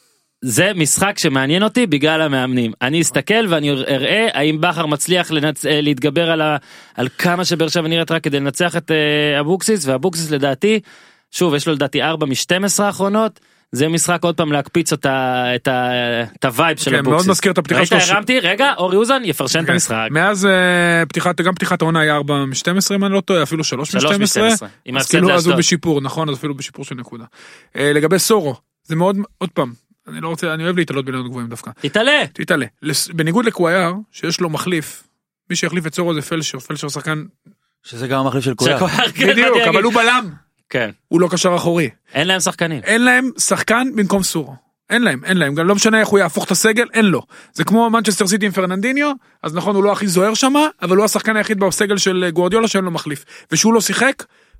זה משחק שמעניין אותי בגלל המאמנים. אני אסתכל ואני אראה האם בכר מצליח להתגבר על כמה שבאר שבע נראית רק כדי לנצח את אבוקסיס, ואבוקסיס לדעתי, שוב, יש לו לדעתי 4 מ-12 האחרונות, זה משחק עוד פעם להקפיץ את הווייב של אבוקסיס. מאוד מזכיר את הפתיחה שלו. הרמתי, רגע, אורי אוזן יפרשן את המשחק. מאז גם פתיחת העונה היה 4 מ-12, אם אני לא טועה, אפילו 3 מ-12. אז הוא בשיפור, נכון, אז אפילו בשיפור של נקודה. לגבי סורו, זה מאוד, עוד פעם, אני אוהב להתעלות ביננו גבוהים דווקא. תתעלה. בניגוד לקוויאר, שיש לו מחליף, מי שיחליף את סורו זה פלשר שחקן. שזה גם המחליף של קוויאר. בדיוק, אבל הוא בלם. כן. הוא לא קשר אחורי. אין להם שחקנים. אין להם שחקן במקום סורו. אין להם. גם לא משנה איך הוא יהפוך את הסגל, אין לו. זה כמו מנצ'סטר סיטי עם פרננדיניו, אז נכון, הוא לא הכי זוהר שמה, אבל הוא השחקן היחיד בסגל של גוארדיולה שאין לו מחליף. ושהוא לא שיחק,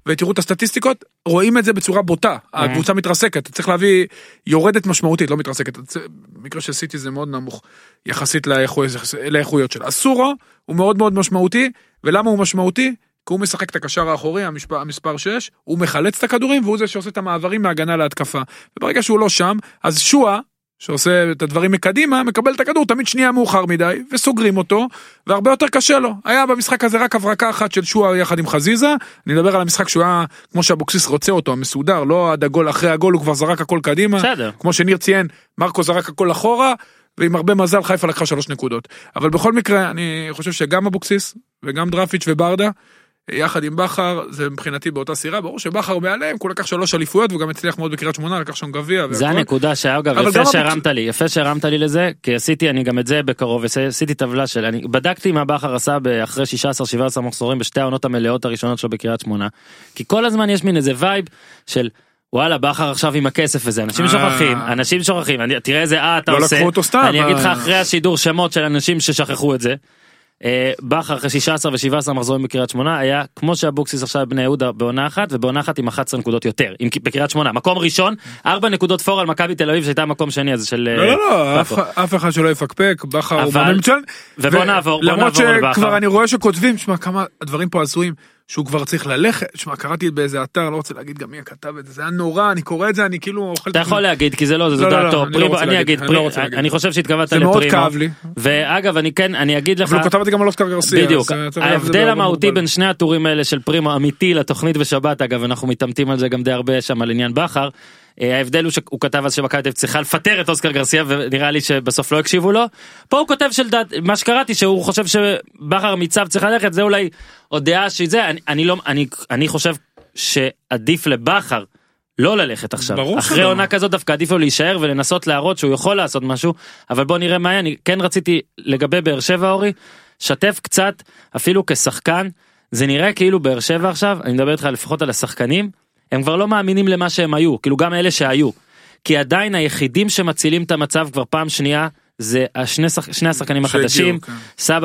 ותראו את הסטטיסטיקות, רואים את זה בצורה בוטה, הקבוצה מתרסקת, צריך להביא, יורדת משמעותית, לא מתרסקת, במקרה של סיטי זה מאוד נמוך, יחסית לאיכויות שלה. הסורו הוא מאוד מאוד משמעותי, ולמה הוא משמעותי? כי הוא משחק את הקשר האחורי, המספר 6, הוא מחלץ את הכדורים, והוא זה שעושה את המעברים מהגנה להתקפה. וברגע שהוא לא שם, אז שואה, שעושה את הדברים מקדימה, מקבל את הכדור, תמיד שנייה מאוחר מדי, וסוגרים אותו, והרבה יותר קשה לו. היה במשחק הזה רק הברקה אחת של שואה יחד עם חזיזה, אני מדבר על המשחק שהוא היה, כמו שאבוקסיס רוצה אותו, המסודר, לא עד הגול, אחרי הגול הוא כבר זרק הכל קדימה, בסדר. כמו שניר ציין, מרקו זרק הכל אחורה, ועם הרבה מזל חיפה לקחה 3 נקודות. אבל בכל מקרה, אני חושב שגם אבוקסיס, וגם דרפיץ' וברדה, יחד עם בחר, זה מבחינתי באותה סירה, ברור שבחר מעליהם, הוא לקח 3 אליפויות, והוא גם הצליח מאוד בקריית שמונה, לקח שם גביע. זה הנקודה שאגב, יפה שהרמת לי לזה, כי עשיתי אני גם את זה בקרוב, עשיתי טבלה של, אני בדקתי מה בחר עשה אחרי 16-17 מחזורים, בשתי העונות המלאות הראשונות שלו בקריית שמונה, כי כל הזמן יש מין איזה וייב של, וואלה, בחר עכשיו עם הכסף הזה, אנשים שוכחים, תראה איזה אתה עושה, אני אגיד לך אחרי השידור שמות של אנשים ששכחו את זה, בחר אחרי 16 ו-17 מחזורים בקריית שמונה היה כמו שאבוקסיס עכשיו בני יהודה בעונה אחת, ובעונה אחת עם 11 נקודות יותר, בקריית שמונה, מקום ראשון, 4 נקודות פור על מכבי תל אביב שהייתה מקום שני הזה של... לא, אף אחד שלא יפקפק, בחר הוא מאמן מצוין, ובוא נעבור למרות שכבר אני רואה שכותבים, שמע כמה הדברים פה עשויים, שהוא כבר צריך ללכת, שמע, קראתי באיזה אתר, לא רוצה להגיד גם מי הכתב את זה, זה היה נורא, אני קורא את זה, אני כאילו אוכל... אתה יכול להגיד, כי זה לא, זה דעתו, אני אגיד, אני חושב שהתכוונת לפרימו, זה מאוד כאב לי. ואגב, אני אגיד לך... אבל הוא כתב את זה גם על אוסקר גרסיה. בדיוק, ההבדל המהותי בין שני הטורים האלה של פרימו אמיתי לתוכנית בשבת, אגב, אנחנו מתאמתים על זה גם די הרבה שם על עניין בחר, ההבדל הוא שהוא כתב אז שמכבי תל אביב צריכה לפטר את אוסקר גרסיה, ונראה לי שבסוף לא הקשיבו לו. פה הוא כותב של דעת, מה שקראתי שהוא חושב שבחר מיצב צריך ללכת, זה אולי עוד דעה שזה, אני חושב שעדיף לבחר לא ללכת עכשיו. אחרי עונה כזאת דווקא עדיף לו להישאר ולנסות להראות שהוא יכול לעשות משהו, אבל בוא נראה מה, אני כן רציתי לגבי באר שבע אורי, שתף קצת, אפילו כשחקן, זה נראה כאילו באר שבע עכשיו, אני מדבר איתך לפחות על השחקנים, הם כבר לא מאמינים למה שהם היו, כאילו גם אלה שהיו, כי עדיין היחידים שמצילים את המצב כבר פעם שנייה, זה שני השחקנים החדשים, סבא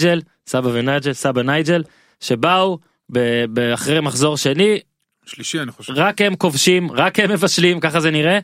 ונייג'ל, שבאו אחרי מחזור שני, שלישי אני חושב. רק הם כובשים, רק הם מבשלים, ככה זה נראה,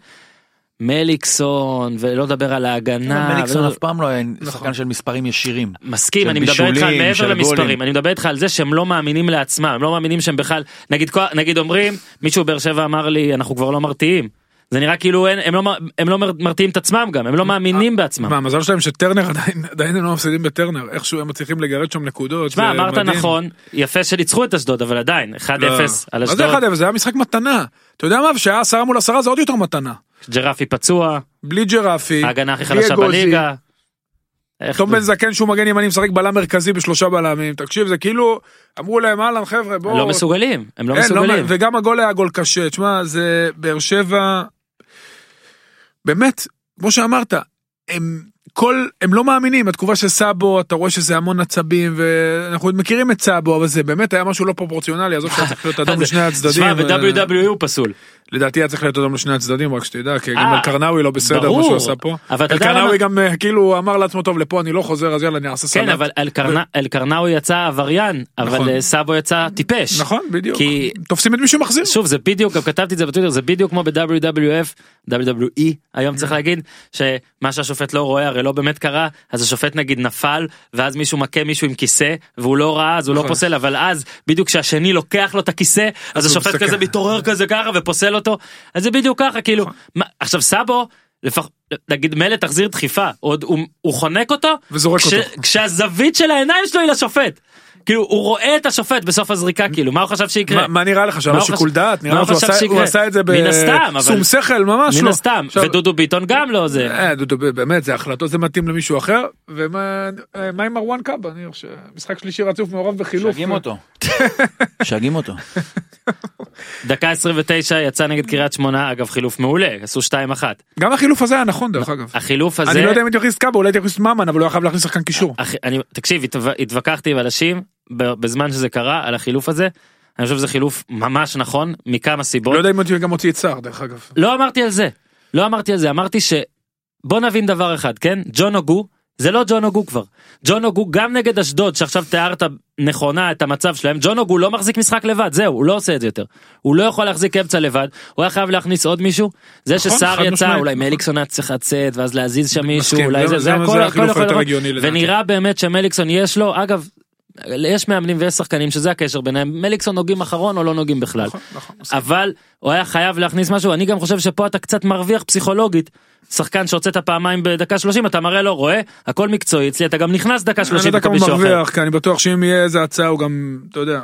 מליקסון, ולא לדבר על ההגנה. מליקסון אף פעם לא היה שחקן של מספרים ישירים. מסכים, אני מדבר איתך מעבר למספרים, אני מדבר איתך על זה שהם לא מאמינים לעצמם, הם לא מאמינים שהם בכלל, נגיד אומרים, מישהו באר שבע אמר לי, אנחנו כבר לא מרתיעים. זה נראה כאילו הם לא מרתיעים את עצמם גם, הם לא מאמינים בעצמם. מה, מזל שלהם שטרנר עדיין הם לא מפסידים בטרנר, איכשהו הם מצליחים לגרד שם נקודות. תשמע, אמרת נכון, יפה שניצחו את אשדוד, אבל עדיין, 1-0 על אשדוד. מה זה 1-0? זה היה משחק מתנה. אתה יודע מה, שהיה 10 מול 10 זה עוד יותר מתנה. ג'רפי פצוע. בלי ג'רפי. ההגנה הכי חלשה בליגה. תום בן זקן שהוא מגן ימני משחק בלם מרכזי ב3 בלמים. תקשיב, זה כאילו, אמרו להם, אהלן חבר'ה, בואו. לא מסוגלים, הם לא מסוגלים. וגם הגול היה גול קשה. תשמע, זה באר שבע באמת, כמו שאמרת, הם לא מאמינים, התקופה של סאבו, אתה רואה שזה המון עצבים, ואנחנו מכירים את סאבו, אבל זה באמת היה משהו לא פרופורציונלי, אז שהיה צריך להיות אדום לשני הצדדים. שמע, ב-WWE הוא פסול. לדעתי היה צריך להיות אדום לשני הצדדים, רק שתדע, כי גם אלקרנאוי לא בסדר, מה שהוא עשה פה. אלקרנאוי גם כאילו אמר לעצמו, טוב, לפה אני לא חוזר, אז יאללה, אני אעשה סלט. כן, אבל אלקרנאוי יצא עבריין, אבל סאבו יצא טיפש. נכון, בדיוק. תופסים את מי שמחזיר. שוב, זה בדיוק, גם כתבתי את זה בטוויטר, זה בדיוק כמו ב-WWF, WWE, היום צריך להגיד, שמה שהשופט לא רואה, הרי לא באמת קרה, אז השופט נגיד נפל, ואז מישהו מכה מישהו עם כיסא, והוא לא ראה, אז הוא לא פוסל, אבל אז, בדיוק כשהשני לוקח לו את הכיסא, אז השופט כזה מתעורר כזה ככה, ופוסל אותו, אז זה בדיוק ככה, כאילו, עכשיו סאבו, נגיד מלא תחזיר דחיפה, עוד הוא חונק אותו, וזורק אותו. כשהזווית של העיניים שלו היא לשופט, כאילו הוא רואה את השופט בסוף הזריקה, כאילו מה הוא חשב שיקרה? מה נראה לך? שהיה לו שיקול דעת? נראה לך שהוא עשה את זה בסום שכל, ממש לא. מן הסתם, ודודו ביטון גם לא זה. דודו באמת, זה החלטות, זה מתאים למישהו אחר, ומה עם מרואן קאבה? אני חושב, משחק שלישי רצוף מעורב בחילוף. שגים אותו. דקה 29 יצא נגד קריית שמונה, אגב חילוף מעולה, עשו 2-1. גם החילוף הזה היה נכון דרך אגב. החילוף הזה... אני לא יודע אם הייתי להכניס קאבה, אולי הייתי להכניס מאמן, אבל לא יכול להכניס שחקן קישור. תקשיב, התווכחתי עם אנשים בזמן שזה קרה על החילוף הזה, אני חושב שזה חילוף ממש נכון, מכמה סיבות. לא יודע אם גם הוציא את סער דרך אגב. לא אמרתי על זה, אמרתי שבוא נבין דבר אחד, כן? ג'ון אוגו זה לא ג'ון אוגו כבר. ג'ון אוגו גם נגד אשדוד, שעכשיו תיארת נכונה את המצב שלהם, ג'ון אוגו לא מחזיק משחק לבד, זהו, הוא לא עושה את זה יותר. הוא לא יכול להחזיק אמצע לבד, הוא היה חייב להכניס עוד מישהו, זה שסער יצא, אולי מליקסון היה צריך לצאת, ואז להזיז שם מישהו, אולי זה הכל יכול לבוא, ונראה באמת שמליקסון יש לו, אגב, יש מאמנים ויש שחקנים שזה הקשר ביניהם, מליקסון נוגעים אחרון או לא נוגעים בכלל, אבל הוא היה חייב להכניס משהו, אני גם חושב שפה אתה קצת מרוויח פסיכולוגית, שחקן שהוצאת פעמיים בדקה 30, אתה מראה לו, רואה, הכל מקצועי, אצלי אתה גם נכנס דקה 30. אני יודע כמה הוא מרוויח, כי אני בטוח שאם יהיה איזה הצעה, הוא גם, אתה יודע,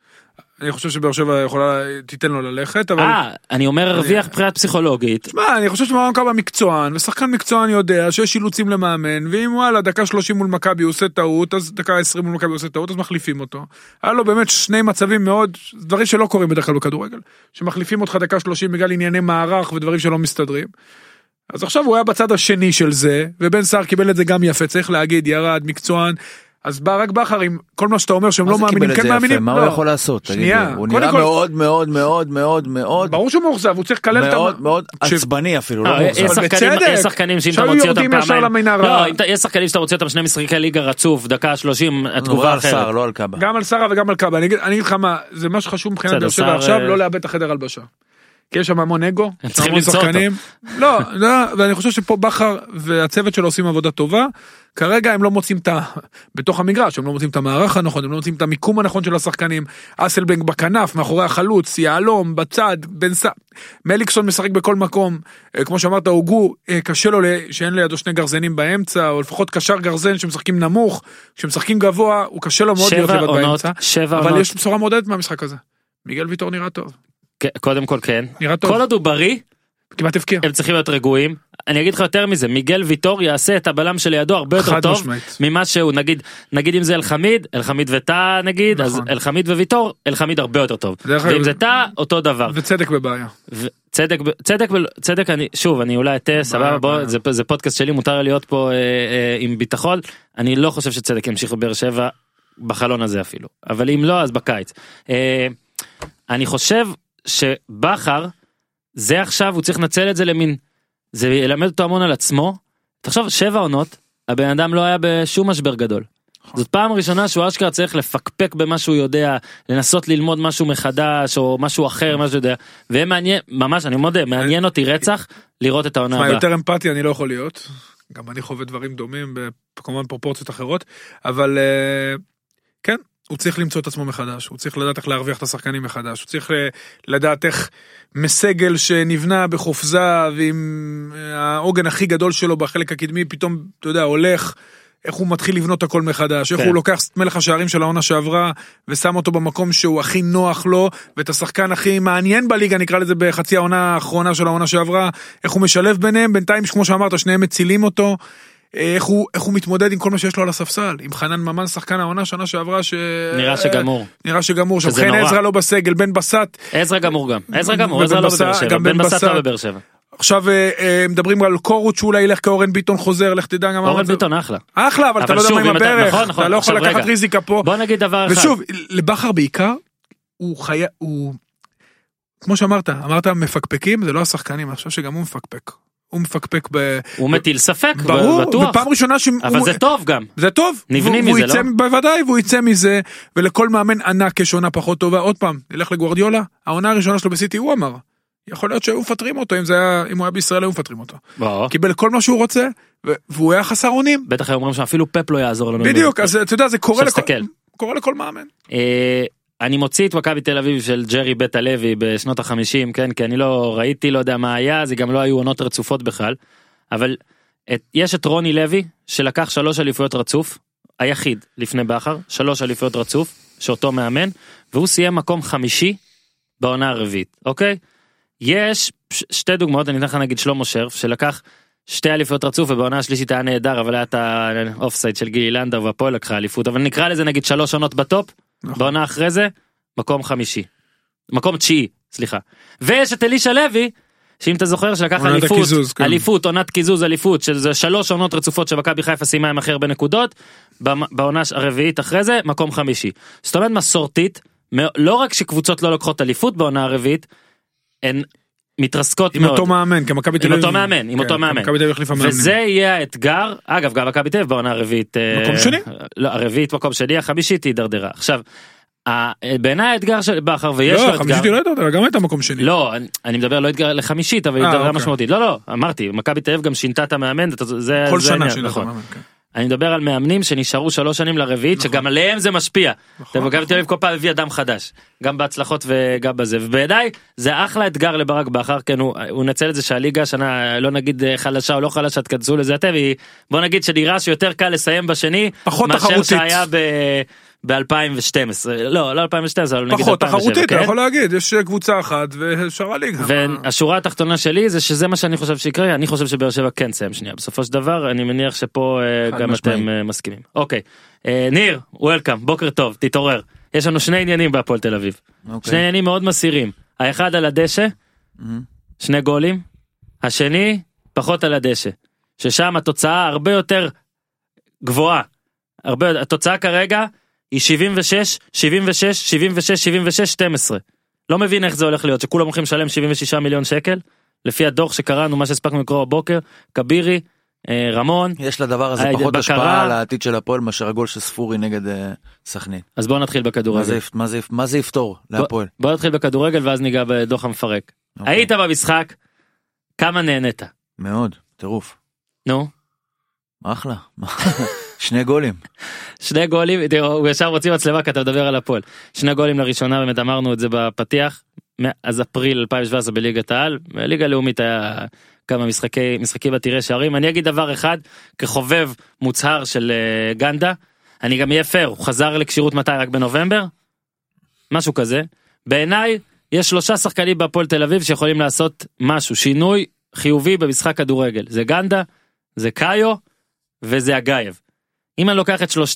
אני חושב שבאר שבע יכולה, תיתן לו ללכת, אבל... אני אומר הרוויח בחירת פסיכולוגית. תשמע, אני חושב שמרון קבע מקצוען, ושחקן מקצוען יודע שיש אילוצים למאמן, ואם וואלה, דקה 30 מול מכבי הוא עושה טעות, אז דקה 20 מול מכבי הוא עושה טעות, אז מחליפים אותו. היה לו באמת שני מצבים מאוד, דברים שלא קורים בדרך כלל בכדורגל, שמחליפים אותך דקה 30 בגלל ענייני מערך ודברים שלא מסתדרים. אז עכשיו הוא היה בצד השני של זה, ובן סער קיבל את זה גם יפה, צריך להגיד, ירד, מקצוען, אז בא רק בכר עם כל מה שאתה אומר שהם לא מאמינים, כן מאמינים. מה הוא יכול לעשות? הוא נראה מאוד מאוד מאוד מאוד מאוד, ברור שהוא מאוכזב, הוא צריך לקלל את מאוד מאוד עצבני אפילו. יש שחקנים שאם אתה מוציא אותם פעמיים, יש שחקנים שאתה מוציא אותם שני משחקי ליגה רצוף, דקה 30, התגובה אחרת. לא על קאבה. גם על סער וגם על קאבה, אני אגיד לך מה, זה מה שחשוב מבחינת באר שבע עכשיו, לא לאבד את החדר הלבשה. כי יש שם המון אגו, צריכים למצוא אותו. לא, ואני חושב שפה בכר והצוות שלו עושים עבודה טובה, כרגע הם לא מוצאים בתוך המגרש, הם לא מוצאים את המערך הנכון, הם לא מוצאים את המיקום הנכון של השחקנים, אסלבנק בכנף, מאחורי החלוץ, יעלום, בצד, מליקסון משחק בכל מקום, כמו שאמרת, אוגו, קשה לו שאין לידו שני גרזנים באמצע, או לפחות קשר גרזן שמשחקים נמוך, כשמשחקים גבוה, הוא קשה לו מאוד להיות לבד באמצע, אבל יש בשורה מעודדת מהמשחק הזה. מיגל ויטור נראה טוב. קודם כל כן, נראה טוב. כל עוד הוא בריא, כמעט הפקיע. הם צריכים להיות רגועים. אני אגיד לך יותר מזה, מיגל ויטור יעשה את הבלם שלידו הרבה יותר טוב ממה שהוא, נגיד אם זה אלחמיד ותא נגיד, אז אלחמיד וויטור, אלחמיד הרבה יותר טוב. ואם זה תא, אותו דבר. וצדק בבעיה. צדק, אני אולי אתן, סבבה, בוא, זה פודקאסט שלי, מותר להיות פה עם ביטחון, אני לא חושב שצדק ימשיך בבאר שבע בחלון הזה אפילו, אבל אם לא, אז בקיץ. אני חושב שבחר, זה עכשיו, הוא צריך לנצל את זה למין, זה ילמד אותו המון על עצמו. תחשוב, 7 עונות, הבן אדם לא היה בשום משבר גדול. זאת פעם ראשונה שהוא אשכרה צריך לפקפק במה שהוא יודע, לנסות ללמוד משהו מחדש, או משהו אחר, מה שהוא יודע. והם מעניין, ממש, אני מודה, מעניין אותי רצח, לראות את העונה הבאה. יותר אמפתיה אני לא יכול להיות, גם אני חווה דברים דומים, כמובן פרופורציות אחרות, אבל כן, הוא צריך למצוא את עצמו מחדש, הוא צריך לדעת איך להרוויח את השחקנים מחדש, הוא צריך לדעת איך מסגל שנבנה בחופזה, ועם העוגן הכי גדול שלו בחלק הקדמי, פתאום, אתה יודע, הולך, איך הוא מתחיל לבנות הכל מחדש, איך הוא לוקח את מלך השערים של העונה שעברה, ושם אותו במקום שהוא הכי נוח לו, ואת השחקן הכי מעניין בליגה, נקרא לזה בחצי העונה האחרונה של העונה שעברה, איך הוא משלב ביניהם, בינתיים, כמו שאמרת, שניהם מצילים אותו, איך הוא מתמודד עם כל מה שיש לו על הספסל, עם חנן ממן שחקן העונה שנה שעברה נראה שגמור, שבחן עזרא לא בסגל, בן בסט עזרא גמור גם, עזרא לא בבאר שבע, בן בסט לא בבאר שבע. עכשיו מדברים על קורות שאולי ילך כאורן ביטון חוזר, לך תדע גם אורן ביטון אחלה, אבל אתה לא יודע מה עם הברך, אתה לא יכול לקחת ריזיקה פה. בוא נגיד דבר אחד, ושוב, לבחר בעיקר, הוא כמו שאמרת, מפקפקים, זה לא השחקנים, אני חושב שגם הוא מפקפק. הוא מפקפק הוא מטיל ספק, ברור, בטוח. בפעם ראשונה אבל זה טוב גם. זה טוב. נבנים מזה, לא? בוודאי, והוא יצא מזה, ולכל מאמן ענק יש עונה פחות טובה. עוד פעם, נלך לגוארדיולה, העונה הראשונה שלו בסיטי, הוא אמר, יכול להיות שהיו מפטרים אותו, אם הוא היה בישראל, היו מפטרים אותו. קיבל כל מה שהוא רוצה, והוא היה חסר אונים. בטח היו אומרים שאפילו פפ לא יעזור לנו. בדיוק, אז אתה יודע, זה קורה לכל מאמן. אני מוציא את מכבי תל אביב של ג'רי בית הלוי בשנות ה-50, כן, כי אני לא ראיתי, לא יודע מה היה, זה גם לא היו עונות רצופות בכלל, אבל יש את רוני לוי, שלקח 3 אליפויות רצוף, היחיד לפני בכר, 3 אליפויות רצוף, שאותו מאמן, והוא סיים מקום 5 בעונה הרביעית, אוקיי? יש 2 דוגמאות, אני אתן לך נגיד שלמה שרף, שלקח 2 אליפויות רצוף, ובעונה השלישית היה נהדר, אבל היה את האופסייד של גילי לנדאו, והפועל לקחה אליפות, אבל נקרא לזה נגיד 3 עונות בטופ, בעונה אחרי זה, מקום 9, סליחה. ויש את אלישע לוי, שאם אתה זוכר שלקח אליפות, עונת קיזוז, אליפות, שזה 3 עונות רצופות שמכבי חיפה סיימה עם הכי הרבה נקודות, בעונה הרביעית אחרי זה, מקום 5. זאת אומרת מסורתית, לא רק שקבוצות לא לוקחות אליפות בעונה הרביעית, הן מתרסקות עם מאוד. אותו מאמן, כי מכבי תל עם אביב. אותו מאמן, עם אותו מאמן. מכבי תל אביב החליפה מאמנים. וזה יהיה האתגר, אגב, גם מכבי תל אביב בעונה הרביעית. מקום שני? לא, הרביעית מקום שני, החמישית הידרדרה. עכשיו, בעיניי האתגר של בכר, ויש לו לא, אתגר. חמישית היא לא הידרדרה, גם הייתה מקום שני. לא, אני מדבר לא אתגר לחמישית, אבל הידרדרה אוקיי. משמעותית. לא, אמרתי, מכבי תל אביב גם שינתה את המאמן, זה כל שנה העניין, שינתה נכון. המאמן, כן. אני מדבר על מאמנים שנשארו 3 שנים לרביעית, שגם עליהם זה משפיע. מכבי תל אביב כל פעם הביא אדם חדש, גם בהצלחות וגם בזה, ובעיניי זה אחלה אתגר לברק בכר, כן, הוא נצל את זה שהליגה השנה, לא נגיד חלשה או לא חלשה, תכנסו לזה אתם, בוא נגיד שנראה שיותר קל לסיים בשני, פחות מאשר תחרותית. שהיה ב-2012, לא 2012, אבל נגיד 2007, פחות תחרותית, אתה כן? יכול להגיד, יש קבוצה אחת ושאר הליגה. והשורה התחתונה שלי זה שזה מה שאני חושב שיקרה, אני חושב שבאר שבע כן סיים שנייה, בסופו של דבר אני מניח שפה גם משמעית. אתם מסכימים. אוקיי, ניר, וולקאם, בוקר טוב, תתעורר. יש לנו 2 עניינים בהפועל תל אביב, אוקיי. 2 עניינים מאוד מסירים, האחד על הדשא, 2 גולים, השני פחות על הדשא, ששם התוצאה הרבה יותר גבוהה, התוצאה כרגע היא 76, 76, 76, 76, 12. לא מבין איך זה הולך להיות, שכולם הולכים לשלם 76 מיליון שקל, לפי הדוח שקראנו, מה שהספקנו לקרוא בבוקר, כבירי, רמון. יש לדבר הזה פחות השפעה על העתיד של הפועל מאשר הגול של ספורי נגד סכנין. אז בואו נתחיל בכדורגל. מה זה יפתור להפועל? בואו נתחיל בכדורגל ואז ניגע בדוח המפרק. היית במשחק, כמה נהנית? מאוד, טירוף. נו? אחלה. 2 גולים. 2 גולים, הוא ישר רוצים מצלמה כי אתה מדבר על הפועל. 2 גולים לראשונה, באמת אמרנו את זה בפתיח, אז אפריל 2017 בליגת העל, בליגה הלאומית היה כמה משחקים עתירי שערים. אני אגיד דבר אחד, כחובב מוצהר של גנדה, אני גם אהיה פייר, הוא חזר לקשירות מתי? רק בנובמבר? משהו כזה. בעיניי, יש 3 שחקנים בהפועל תל אביב שיכולים לעשות משהו, שינוי חיובי במשחק כדורגל. זה גנדה, זה קאיו, וזה אגייב. אם אני לוקח את 3,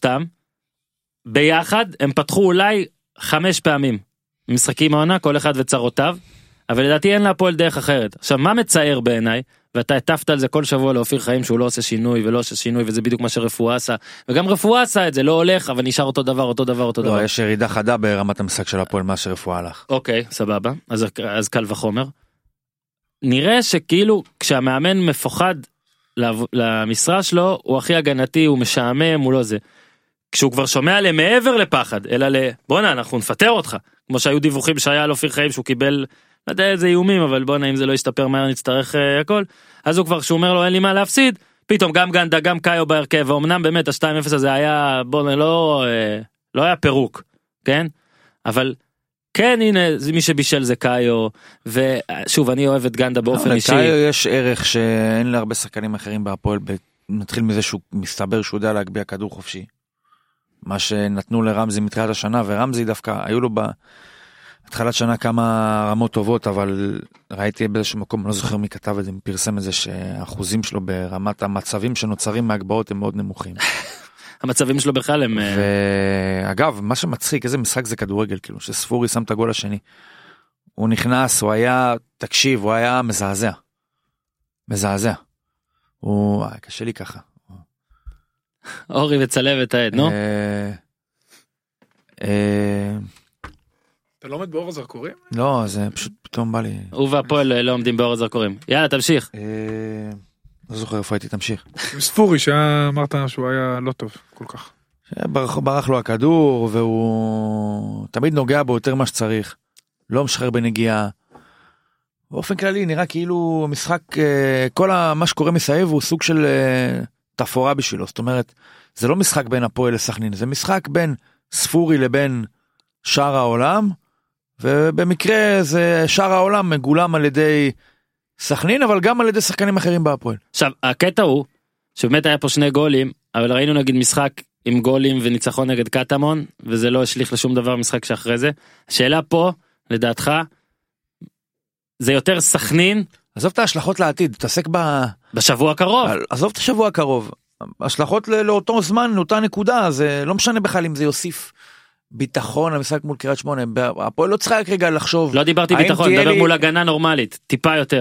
ביחד הם פתחו אולי 5 פעמים משחקים העונה, כל אחד וצרותיו, אבל לדעתי אין להפועל דרך אחרת. עכשיו, מה מצער בעיניי, ואתה הטפת על זה כל שבוע לאופיר חיים, שהוא לא עושה שינוי ולא עושה שינוי, וזה בדיוק מה שרפואה עשה, וגם רפואה עשה את זה, לא הולך, אבל נשאר אותו דבר, אותו דבר, אותו דבר. לא, יש ירידה חדה ברמת המשחק של הפועל, מה שרפואה הלך. אוקיי, סבבה, אז קל וחומר. נראה שכאילו, כשהמאמן מפוחד למשרה שלו, הוא הכי הגנתי, הוא משעמם, הוא לא זה. כשהוא כבר שומע למעבר לפחד, אלא בוא'נה, אנחנו נפטר אותך. כמו שהיו דיווחים שהיה על אופיר חיים, שהוא קיבל, לא יודע איזה איומים, אבל בוא'נה, אם זה לא יסתפר מהר, נצטרך הכל. אז הוא כבר, כשהוא אומר לו, אין לי מה להפסיד, פתאום גם גנדה, גם קאיו בהרכב, ואומנם באמת, ה-2-0 הזה היה, בוא'נה, לא היה פירוק, כן? אבל כן, הנה, מי שבישל זה קאיו, ושוב, אני אוהב את גנדה באופן אישי. לקאיו יש ערך שאין להרבה שחקנים אחרים בהפועל, נתחיל מזה שהוא מסתבר שהוא יודע להגביע כדור חופשי. מה שנתנו לרמזי מתחילת השנה, ורמזי דווקא, היו לו בהתחלת שנה כמה רמות טובות, אבל ראיתי באיזשהו מקום, לא זוכר מי כתב את זה, מי פרסם את זה, שהאחוזים שלו ברמת המצבים שנוצרים מהגבעות הם מאוד נמוכים. המצבים שלו בכלל הם... ואגב, מה שמצחיק, איזה משחק זה כדורגל, כאילו, שספורי שם את הגול השני. הוא נכנס, הוא היה, תקשיב, הוא היה מזעזע. מזעזע. הוא, קשה לי ככה. אורי וצלב את העד, נו? אתה לא עומד באור הזרקורים? לא, זה פשוט פתאום בא לי... הוא והפועל לא עומדים באור הזרקורים. יאללה, תמשיך. לא זוכר איפה הייתי, תמשיך. עם ספורי שאמרת שהוא היה לא טוב כל כך. ברח לו הכדור, והוא תמיד נוגע בו יותר מה שצריך. לא משחרר בנגיעה. באופן כללי נראה כאילו משחק, כל מה שקורה מסביב הוא סוג של תפורה בשבילו. זאת אומרת, זה לא משחק בין הפועל לסכנין, זה משחק בין ספורי לבין שאר העולם, ובמקרה זה שאר העולם מגולם על ידי סכנין, אבל גם על ידי שחקנים אחרים בהפועל. עכשיו, הקטע הוא, שבאמת היה פה 2 גולים, אבל ראינו נגיד משחק עם גולים וניצחון נגד קטמון, וזה לא השליך לשום דבר משחק שאחרי זה. השאלה פה, לדעתך, זה יותר סכנין. עזוב את ההשלכות לעתיד, תעסק בשבוע הקרוב. עזוב את השבוע הקרוב. השלכות לאותו זמן, לאותה נקודה, זה לא משנה בכלל אם זה יוסיף ביטחון למשחק מול קריית שמונה. הפועל לא צריכה רק רגע לחשוב. לא דיברתי ביטחון, דבר מול הגנה נורמלית, טיפה יותר.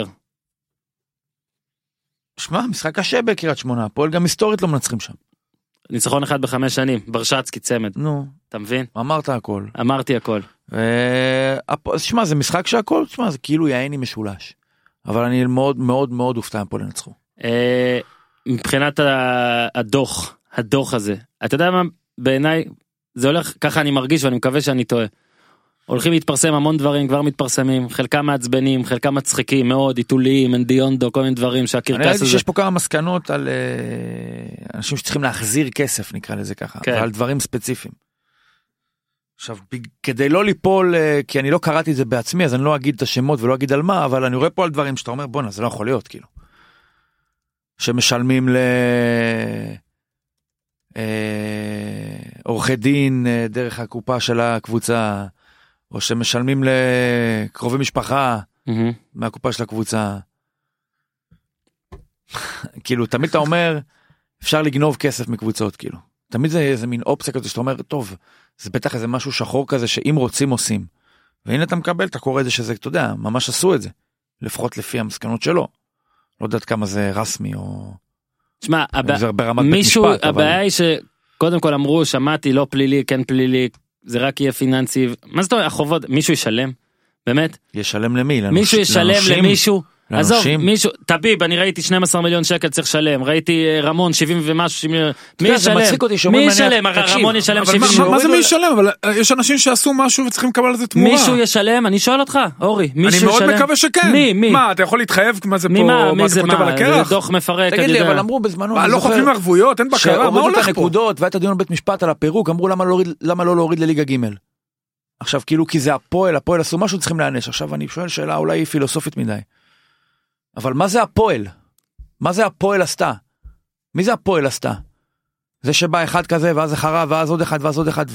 שמע, משחק קשה בקריית שמונה, הפועל גם היסטורית לא מנצחים שם. ניצחון אחד ב5 שנים, ברשצקי צמד. נו. אתה מבין? אמרת הכל. אמרתי הכל. שמע, זה משחק שהכל, שמע, זה כאילו יעני משולש. אבל אני מאוד מאוד מאוד אופתע פה לנצחו. מבחינת הדוח הזה, אתה יודע מה, בעיניי, זה הולך, ככה אני מרגיש ואני מקווה שאני טועה. הולכים להתפרסם המון דברים, כבר מתפרסמים, חלקם מעצבנים, חלקם מצחיקים מאוד, עיתוליים, אנדיונדו, כל מיני דברים שהקרקס הזה. אני ראיתי שיש פה כמה מסקנות על אנשים שצריכים להחזיר כסף, נקרא לזה ככה, כן. ועל דברים ספציפיים. עכשיו, כדי לא ליפול, כי אני לא קראתי את זה בעצמי, אז אני לא אגיד את השמות ולא אגיד על מה, אבל אני רואה פה על דברים שאתה אומר, בונה, זה לא יכול להיות, כאילו. שמשלמים עורכי דין דרך הקופה של הקבוצה, או שמשלמים לקרובי משפחה מהקופה של הקבוצה. כאילו, תמיד אתה אומר, אפשר לגנוב כסף מקבוצות, כאילו. תמיד זה איזה מין אופציה כזאת שאתה אומר, טוב, זה בטח איזה משהו שחור כזה שאם רוצים עושים. והנה אתה מקבל, אתה קורא את זה שזה, אתה יודע, ממש עשו את זה. לפחות לפי המסקנות שלו. לא יודעת כמה זה רסמי או... תשמע, מישהו, הבעיה היא שקודם כל אמרו, שמעתי, לא פלילי, כן פלילי, זה רק יהיה פיננסי. מה זאת אומרת, החובות, מישהו ישלם? באמת? ישלם למי? מישהו ישלם למישהו? עזוב, מישהו, טביב, אני ראיתי 12 מיליון שקל צריך לשלם, ראיתי רמון 70 ומשהו, מי ישלם? מי ישלם? רמון ישלם 70. מה זה מי ישלם? אבל יש אנשים שעשו משהו וצריכים לקבל על זה תמורה. מישהו ישלם? אני שואל אותך, אורי, מישהו ישלם? אני מאוד מקווה שכן. מי? מה, אתה יכול להתחייב מה זה פה, מה זה כותב על הקרח? דוח מפרק, תגיד לי, אבל אמרו בזמנו, לא חופים ערבויות, אין בקרה, מה הולך פה? הנקודות, ואת הדיון בבית משפט על הפירוק, אמרו למה לא להוריד לליגה ג'. עכשיו כאילו כי זה הפועל עשו משהו, צריכים להענש. עכשיו אני שואל שאלה אולי פילוסופית מדי. אבל מה זה הפועל? מה זה הפועל עשתה? מי זה הפועל עשתה? זה שבא אחד כזה ואז אחריו ואז עוד אחד ואז עוד אחד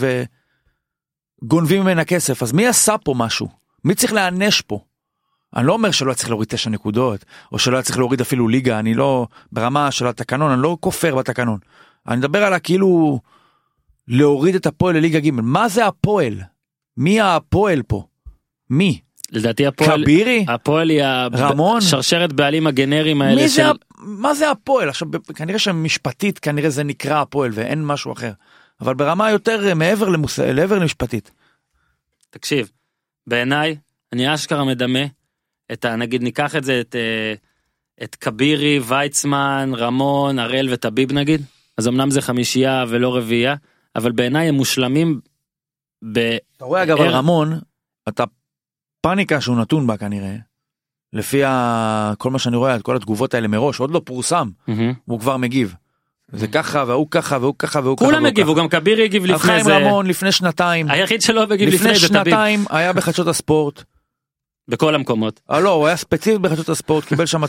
וגונבים ממנה כסף. אז מי עשה פה משהו? מי צריך להענש פה? אני לא אומר שלא צריך להוריד 9 נקודות, או שלא צריך להוריד אפילו ליגה, אני לא, ברמה של התקנון, אני לא כופר בתקנון. אני מדבר על כאילו להוריד את הפועל לליגה ג'. מה זה הפועל? מי הפועל פה? מי? לדעתי הפועל, כבירי? הפועל היא השרשרת בעלים הגנריים האלה של... מה זה הפועל? עכשיו, כנראה שמשפטית, כנראה זה נקרא הפועל ואין משהו אחר. אבל ברמה יותר מעבר למשפטית. תקשיב, בעיניי, אני אשכרה מדמה, נגיד ניקח את זה, את כבירי, ויצמן, רמון, הראל וטביב נגיד, אז אמנם זה חמישייה ולא רביעייה, אבל בעיניי הם מושלמים אתה רואה אגב על רמון, אתה פאניקה שהוא נתון בה כנראה, לפי כל מה שאני רואה, כל התגובות האלה מראש, עוד לא פורסם, הוא כבר מגיב. זה ככה, והוא ככה, והוא ככה, והוא ככה. כולם הגיבו, גם כבירי הגיב לפני זה. חיים רמון לפני שנתיים. היחיד שלא הגיב לפני זה לפני שנתיים היה בחדשות הספורט. בכל המקומות. לא, הוא היה ספציפית בחדשות הספורט, קיבל שם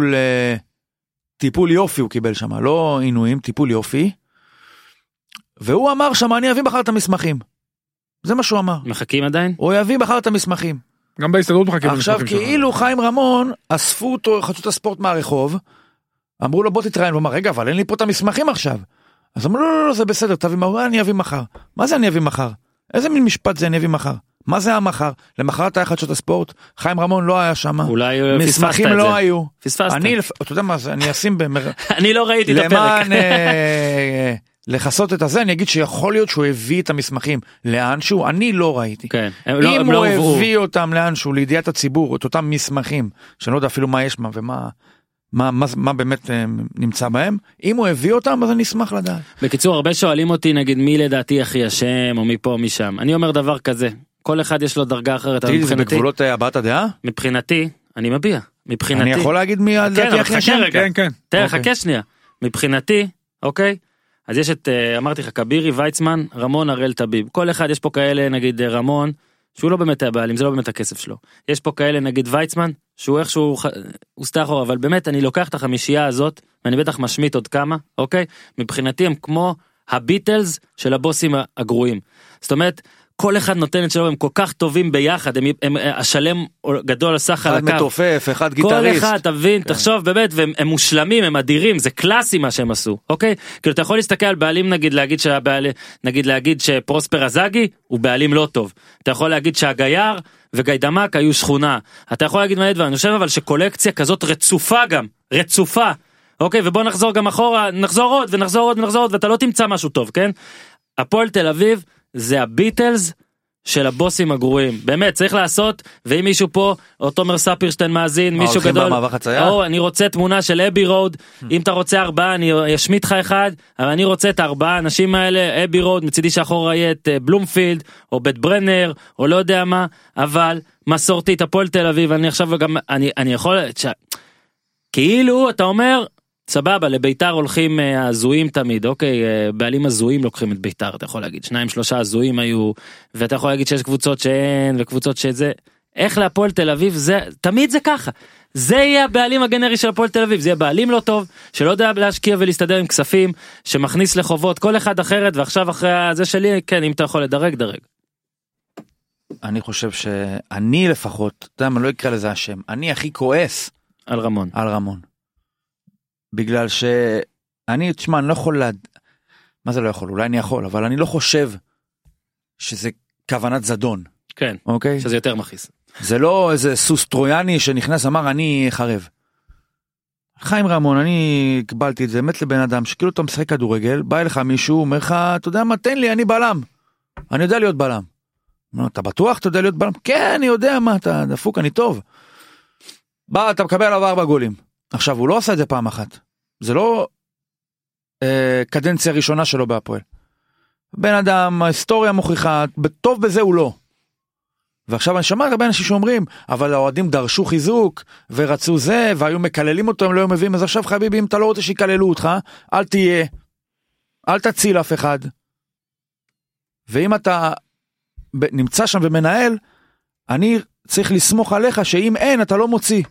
טיפול יופי הוא קיבל שם, לא עינויים, טיפול יופי. והוא אמר שם, אני אביא מחר את המסמכים. זה מה שהוא אמר. מחכים עדיין? הוא יביא מחר את המסמכים. גם בהסתדרות מחכים. עכשיו כאילו חיים רמון אספו אותו חדשות הספורט מהרחוב, אמרו לו בוא תתראיין, הוא אמר רגע אבל אין לי פה את המסמכים עכשיו. אז אמרו לא זה בסדר, תביא מחר, אני אביא מחר. מה זה אני אביא מחר? איזה מין משפט זה אני אביא מחר? מה זה המחר? למחרת היה חדשות הספורט, חיים רמון לא היה שם. אולי מסמכים לא היו. פספסת. אתה יודע מה זה, אני אשים אני לא ראיתי את הפרק. לחסות את הזה, אני אגיד שיכול להיות שהוא הביא את המסמכים לאנשהו, אני לא ראיתי. כן, אם הוא הביא אותם לאנשהו, לידיעת הציבור, את אותם מסמכים, שאני לא יודע אפילו מה יש מה ומה מה באמת נמצא בהם, אם הוא הביא אותם, אז אני אשמח לדעת. בקיצור, הרבה שואלים אותי, נגיד, מי לדעתי הכי אשם, או מי פה או מי שם. אני אומר דבר כזה, כל אחד יש לו דרגה אחרת. תגיד, זה בגבולות הבעת הדעה? מבחינתי, אני מביע. מבחינתי. אני יכול להגיד מי לדעתי הכי אשם? כן, כן. תראה, חכה שנייה. מבחינתי, אוקיי? אז יש את, אמרתי לך, כבירי, ויצמן, רמון, הראל, טביב. כל אחד יש פה כאלה, נגיד רמון, שהוא לא באמת הבעלים, זה לא באמת הכסף שלו. יש פה כאלה, נגיד ויצמן, שהוא איכשהו, הוא סתה אחורה, אבל באמת אני לוקח את החמישייה הזאת, ואני בטח משמיט עוד כמה, אוקיי? מבחינתי הם כמו הביטלס של הבוסים הגרועים. זאת אומרת, כל אחד נותן את שלו, הם כל כך טובים ביחד, הם השלם גדול הסך על הקו. אחד מתופף, אחד גיטריסט. כל אחד, תבין, תחשוב באמת, והם מושלמים, הם אדירים, זה קלאסי מה שהם עשו, אוקיי? כאילו אתה יכול להסתכל על בעלים, נגיד להגיד שפרוספר אזאגי, הוא בעלים לא טוב. אתה יכול להגיד שהגייר וגיידמק היו שכונה. אתה יכול להגיד מה ידבר, אני חושב אבל שקולקציה כזאת רצופה גם, רצופה. אוקיי, ובוא נחזור גם אחורה, נחזור עוד ונחזור עוד ונחזור עוד, ואתה לא תמצא משהו טוב, כן? הפועל תל אביב זה הביטלס של הבוסים הגרועים, באמת צריך לעשות, ואם מישהו פה, או תומר ספירשטיין מאזין, מישהו גדול, או אני רוצה תמונה של אבי רוד, אם אתה רוצה 4 אני אשמיט לך 1, אבל אני רוצה את 4 האנשים האלה, אבי רוד, מצידי שאחור יהיה את בלומפילד, או בית ברנר, או לא יודע מה, אבל מסורתית, הפועל תל אביב, אני עכשיו גם, אני יכול, כאילו אתה אומר, סבבה, לביתר הולכים הזויים תמיד, אוקיי, בעלים הזויים לוקחים את ביתר, אתה יכול להגיד, 2-3 הזויים היו, ואתה יכול להגיד שיש קבוצות שאין, וקבוצות שזה, איך להפועל תל אביב, זה, תמיד זה ככה, זה יהיה הבעלים הגנרי של הפועל תל אביב, זה יהיה בעלים לא טוב, שלא יודע להשקיע ולהסתדר עם כספים, שמכניס לחובות כל אחד אחרת, ועכשיו אחרי זה שלי, כן, אם אתה יכול לדרג, דרג. אני חושב שאני לפחות, אתה יודע מה, לא יקרא לזה השם, אני הכי כועס על רמון. על רמון. בגלל שאני, תשמע, אני לא יכול מה זה לא יכול? אולי אני יכול, אבל אני לא חושב שזה כוונת זדון. כן, אוקיי? שזה יותר מכעיס. זה לא איזה סוס טרויאני שנכנס, אמר, אני חרב. חיים רמון, אני קבלתי את זה, מת לבן אדם, שכאילו אתה משחק כדורגל, בא אליך מישהו, אומר לך, אתה יודע מה, תן לי, אני בלם. אני יודע להיות בלם. אתה בטוח, אתה יודע להיות בלם? כן, אני יודע מה, אתה דפוק, אני טוב. בא, אתה מקבל עליו 4 גולים. עכשיו, הוא לא עשה את זה פעם אחת. זה לא קדנציה ראשונה שלו בהפועל. בן אדם, ההיסטוריה מוכיחה, טוב בזה הוא לא. ועכשיו אני שמע הרבה אנשים שאומרים, אבל האוהדים דרשו חיזוק, ורצו זה, והיו מקללים אותו, הם לא היו מביאים, אז עכשיו חביבי, אם אתה לא רוצה שיקללו אותך, אל תהיה, אל תציל אף אחד. ואם אתה נמצא שם ומנהל, אני צריך לסמוך עליך, שאם אין, אתה לא מוציא.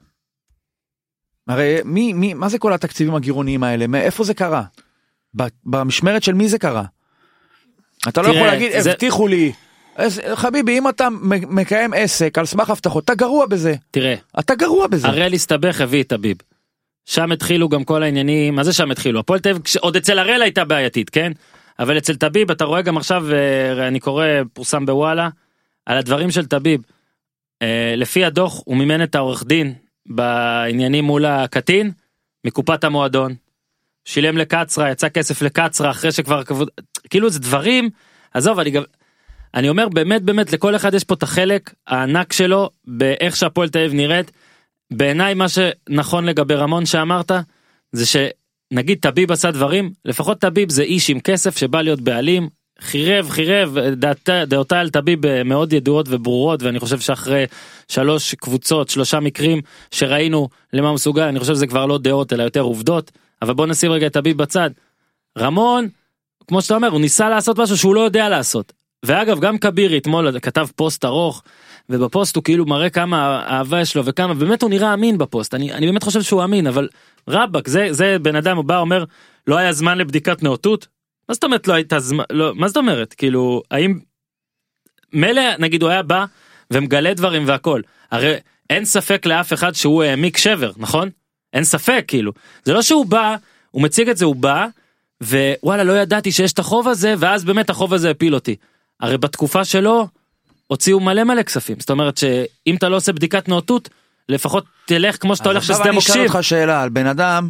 הרי מה זה כל התקציבים הגירוניים האלה? מאיפה זה קרה? במשמרת של מי זה קרה? אתה לא יכול להגיד, הבטיחו לי. חביבי, אם אתה מקיים עסק על סמך הבטחות, אתה גרוע בזה. תראה. אתה גרוע בזה. הראל הסתבך, הביא את טביב. שם התחילו גם כל העניינים, מה זה שם התחילו? הפועל תל אביב, עוד אצל הראל הייתה בעייתית, כן? אבל אצל טביב, אתה רואה גם עכשיו, אני קורא, פורסם בוואלה, על הדברים של טביב. לפי הדוח, הוא מימן את העורך דין, בעניינים מול הקטין, מקופת המועדון, שילם לקצרה, יצא כסף לקצרה, אחרי שכבר, כאילו זה דברים, עזוב, אני אומר באמת, לכל אחד יש פה את החלק הענק שלו, באיך שהפועל תל אביב נראית, בעיניי מה שנכון לגבי רמון שאמרת, זה שנגיד טביב עשה דברים, לפחות טביב זה איש עם כסף שבא להיות בעלים, חירב, דעותיי על טביב מאוד ידועות וברורות, ואני חושב שאחרי 3 קבוצות, 3 מקרים שראינו למה הוא מסוגל, אני חושב שזה כבר לא דעות אלא יותר עובדות, אבל בוא נשים רגע את טביב בצד. רמון, כמו שאתה אומר, הוא ניסה לעשות משהו שהוא לא יודע לעשות, ואגב גם קבירי אתמול כתב פוסט ארוך, ובפוסט הוא כאילו מראה כמה אהבה יש לו וכמה, באמת הוא נראה אמין בפוסט, אני באמת חושב שהוא אמין, אבל רבק, זה בן אדם, הוא בא אומר, לא היה זמן לבדיקת נאותות, מה זאת אומרת לא הייתה זמן, לא, מה זאת אומרת, כאילו, האם, מלא, נגיד הוא היה בא, ומגלה דברים והכל, הרי אין ספק לאף אחד שהוא העמיק שבר, נכון? אין ספק, כאילו, זה לא שהוא בא, הוא מציג את זה, הוא בא, ווואלה, לא ידעתי שיש את החוב הזה, ואז באמת החוב הזה הפיל אותי, הרי בתקופה שלו, הוציאו מלא כספים, זאת אומרת שאם אתה לא עושה בדיקת נאותות, לפחות תלך כמו שאתה הולך ששדה מוקשים. עכשיו אני אשאל אותך שאלה על בן אדם,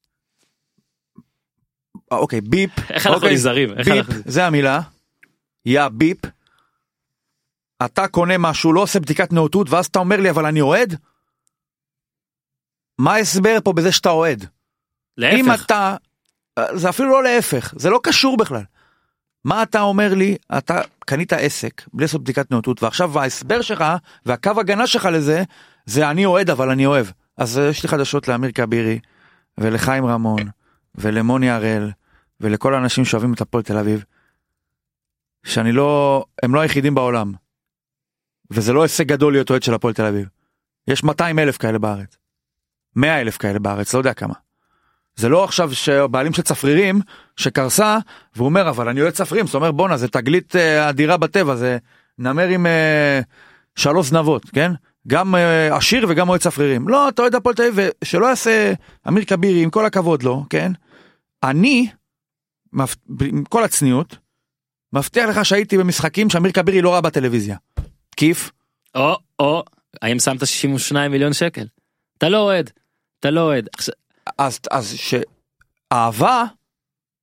אוקיי, ביפ. איך אנחנו נזהרים? ביפ, זה המילה. יא ביפ. אתה קונה משהו, לא עושה בדיקת נאותות, ואז אתה אומר לי, אבל אני אוהד? מה ההסבר פה בזה שאתה אוהד? להפך. אם אתה, זה אפילו לא להפך, זה לא קשור בכלל. מה אתה אומר לי, אתה קנית עסק, בלי לעשות בדיקת נאותות, ועכשיו ההסבר שלך, והקו הגנה שלך לזה, זה אני אוהד, אבל אני אוהב. אז יש לי חדשות לאמיר קבירי, ולחיים רמון, ולמוני הראל, ולכל האנשים שאוהבים את הפועל תל אביב, שאני לא, הם לא היחידים בעולם, וזה לא הישג גדול להיות אוהד של הפועל תל אביב. יש 200,000 כאלה בארץ, 100,000 כאלה בארץ, לא יודע כמה. זה לא עכשיו שבעלים של צפרירים שקרסה, והוא אומר, אבל אני אוהד צפרירים, זאת אומרת, בונה, זה תגלית אדירה בטבע, זה נמר עם 3 זנבות, כן? גם עשיר וגם אוהד צפרירים. לא, אתה אוהד הפועל תל אביב, שלא יעשה אמיר קבירי, עם כל הכבוד לו, כן? אני, עם כל הצניעות, מבטיח לך שהייתי במשחקים שאמיר קבירי לא ראה בטלוויזיה. כיף? האם שמת 62 מיליון שקל? אתה לא אוהד. אז שאהבה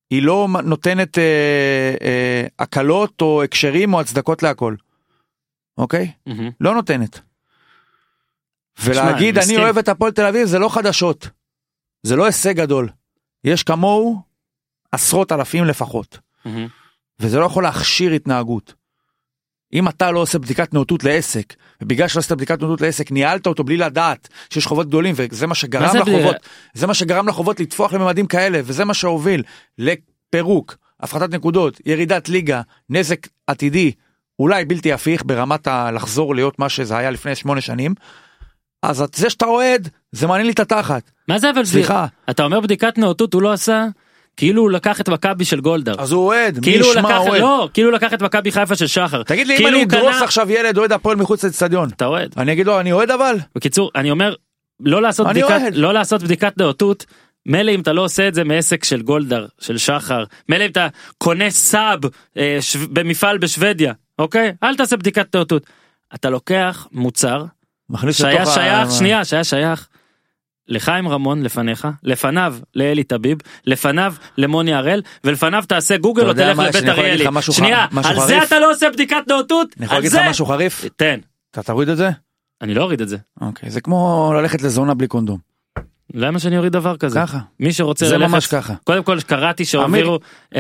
היא לא נותנת הקלות או הקשרים או הצדקות להכל. אוקיי? לא נותנת. ולהגיד אני אוהב את הפועל תל אביב זה לא חדשות. זה לא הישג גדול. יש כמוהו עשרות אלפים לפחות. וזה לא יכול להכשיר התנהגות. אם אתה לא עושה בדיקת נאותות לעסק, ובגלל שלא עשית בדיקת נאותות לעסק, ניהלת אותו בלי לדעת שיש חובות גדולים, וזה מה שגרם לחובות, זה מה שגרם לחובות לתפוח לממדים כאלה, וזה מה שהוביל לפירוק, הפחתת נקודות, ירידת ליגה, נזק עתידי, אולי בלתי הפיך ברמת לחזור להיות מה שזה היה לפני 8 שנים, אז זה שאתה אוהד, זה מעניין לי את התחת. מה זה אבל סליחה? אתה אומר בדיקת נאותות הוא לא עשה, כאילו הוא לקח את מכבי של גולדר. אז הוא אוהד, מי כאילו ישמע אוהד. לא, כאילו הוא לקח את מכבי חיפה של שחר. תגיד לי, אם אני אדרוס עכשיו ילד אוהד הפועל מחוץ לאצטדיון. אתה אוהד. אני אגיד לו, אני אוהד אבל. בקיצור, אני אומר, לא לעשות בדיקת נאותות, מילא אם אתה לא עושה את זה מעסק של גולדר, של שחר, מילא אם אתה קונה סאב במפעל בשוודיה, אוקיי? אל תעשה בדיקת נאותות. אתה לוקח מוצר, שהיה שייך לחיים רמון לפניך, לפניו לאלי טביב, לפניו למוני הראל, ולפניו תעשה גוגל או תלך לבית אריאלי. שנייה, על זה אתה לא עושה בדיקת נאותות? אני יכול להגיד לך משהו חריף? תן. אתה תוריד את זה? אני לא אוריד את זה. אוקיי, זה כמו ללכת לזונה בלי קונדום. למה שאני אוריד דבר כזה? ככה. מי שרוצה זה ללכת... ממש ככה. קודם כל קראתי שהעבירו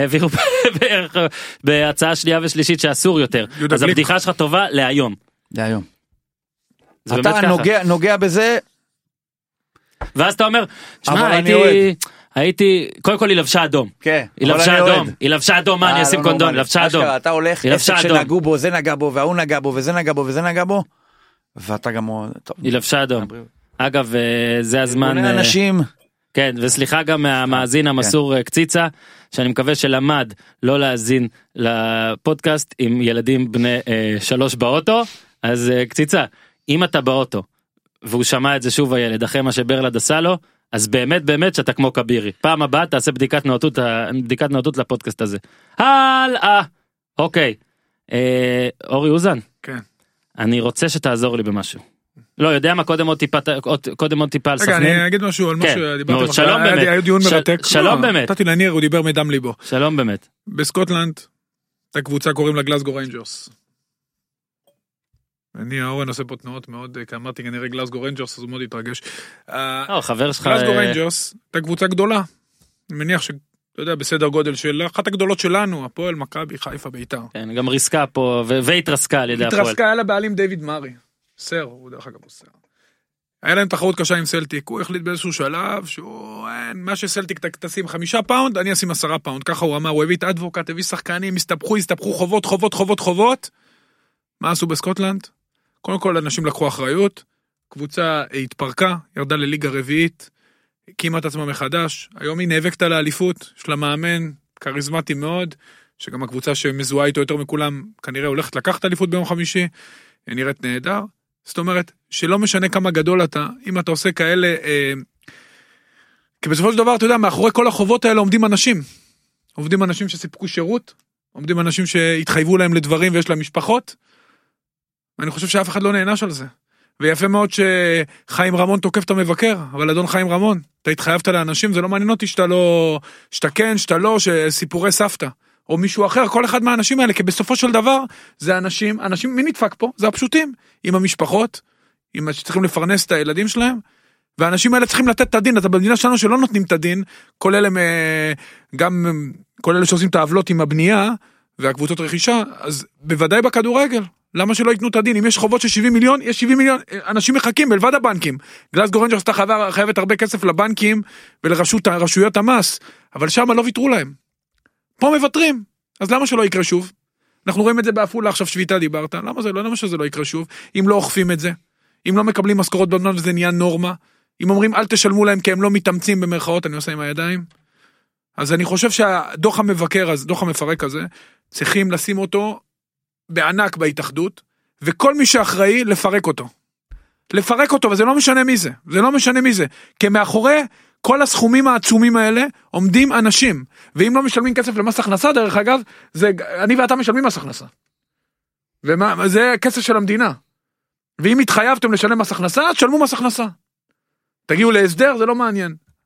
בהצעה שנייה ושלישית שאסור יותר. אז הבדיחה שלך טובה להיום. להיום. אתה נוגע בזה... ואז אתה אומר, שמע, הייתי, קודם כל היא לבשה אדום. כן. היא לבשה אדום, מה אני אשים קונדום, היא לבשה אדום. אתה הולך, עסק שנגעו בו, זה נגע בו, והוא נגע בו, וזה נגע בו, וזה נגע בו, ואתה גם... היא לבשה אדום. אגב, זה הזמן... אנשים... כן, וסליחה גם מהמאזין המסור קציצה, שאני מקווה שלמד לא להאזין לפודקאסט עם ילדים בני 3 באוטו, אז קציצה, אם אתה באוטו, והוא שמע את זה שוב הילד, אחרי מה שברלד עשה לו, אז באמת שאתה כמו קבירי. פעם הבאה תעשה בדיקת נאותות לפודקאסט הזה. הלאה! אוקיי. אורי אוזן? כן. אני רוצה שתעזור לי במשהו. לא, יודע מה, קודם עוד טיפה על סכנין. רגע, אני אגיד משהו על מה שדיברתם. שלום באמת. היה דיון מרתק. שלום באמת. נתתי לניר, הוא דיבר מדם ליבו. שלום באמת. בסקוטלנד, את הקבוצה קוראים לה גלאסגו ריינג'רס. אני אורן עושה פה תנועות מאוד, כי אמרתי כנראה גלאסגו ריינג'רס, אז הוא מאוד התרגש. חבר שלך... גלאסגו ריינג'רס, הייתה קבוצה גדולה. אני מניח שאתה יודע, בסדר גודל של אחת הגדולות שלנו, הפועל, מכבי, חיפה, בית"ר. כן, גם ריסקה פה, והתרסקה על ידי הפועל. התרסקה, היה לה בעלים דיוויד מארי. סר, הוא דרך אגב הוא סר. היה להם תחרות קשה עם סלטיק, הוא החליט באיזשהו שלב, שהוא, מה שסלטיק תשים 5 פאונד, אני אשים 10 פאונד. ככה הוא אמר, הוא הביא את אדבוקט, הביא שחקנים, הסתבכו חובות. מה עשו בסקוטלנד? קודם כל, אנשים לקחו אחריות, קבוצה התפרקה, ירדה לליגה רביעית, הקימה את עצמה מחדש, היום היא נאבקת על האליפות, יש לה מאמן קריזמטי מאוד, שגם הקבוצה שמזוהה איתו יותר מכולם, כנראה הולכת לקחת אליפות ביום חמישי, נראית נהדר, זאת אומרת, שלא משנה כמה גדול אתה, אם אתה עושה כאלה, כי בסופו של דבר, אתה יודע, מאחורי כל החובות האלה עומדים אנשים שסיפקו שירות, עומדים אנשים שהתחייבו להם לדברים ויש להם משפחות, ואני חושב שאף אחד לא נענש על זה. ויפה מאוד שחיים רמון תוקף את המבקר, אבל אדון חיים רמון, אתה התחייבת לאנשים, זה לא מעניין אותי שאתה כן, שאתה לא, שסיפורי סבתא, או מישהו אחר, כל אחד מהאנשים האלה, כי בסופו של דבר, זה אנשים, מי נדפק פה? זה הפשוטים, עם המשפחות, עם שצריכים לפרנס את הילדים שלהם, והאנשים האלה צריכים לתת את הדין, אתה במדינה שלנו שלא נותנים את הדין, כל אלה שעושים את העוולות עם הבנייה, והקבוצות רכישה, אז בוודאי בכדורגל, למה שלא ייתנו את הדין? אם יש חובות של 70 מיליון, יש 70 מיליון, אנשים מחכים בלבד הבנקים. גלאסגו ריינג'רס חייבת הרבה כסף לבנקים ולרשויות המס, אבל שם לא ויתרו להם. פה מוותרים, אז למה שלא יקרה שוב? אנחנו רואים את זה בעפולה, עכשיו שביתה דיברת, למה שזה לא יקרה שוב? אם לא אוכפים את זה, אם לא מקבלים משכורות במדינה וזה נהיה נורמה, אם אומרים אל תשלמו להם כי הם לא מתאמצים במרכאות, אני עושה עם הידיים. אז אני חושב שהדוח המבקר, דוח המפרק הזה, צריכים לשים אותו בענק בהתאחדות, וכל מי שאחראי לפרק אותו, וזה לא משנה מי זה, כי מאחורי כל הסכומים העצומים האלה, עומדים אנשים, ואם לא משלמים כסף למס הכנסה, דרך אגב, אני ואתה משלמים מס הכנסה, וזה כסף של המדינה, ואם התחייבתם לשלם מס הכנסה, תשלמו מס הכנסה, תגיעו להסדר, זה לא מעניין,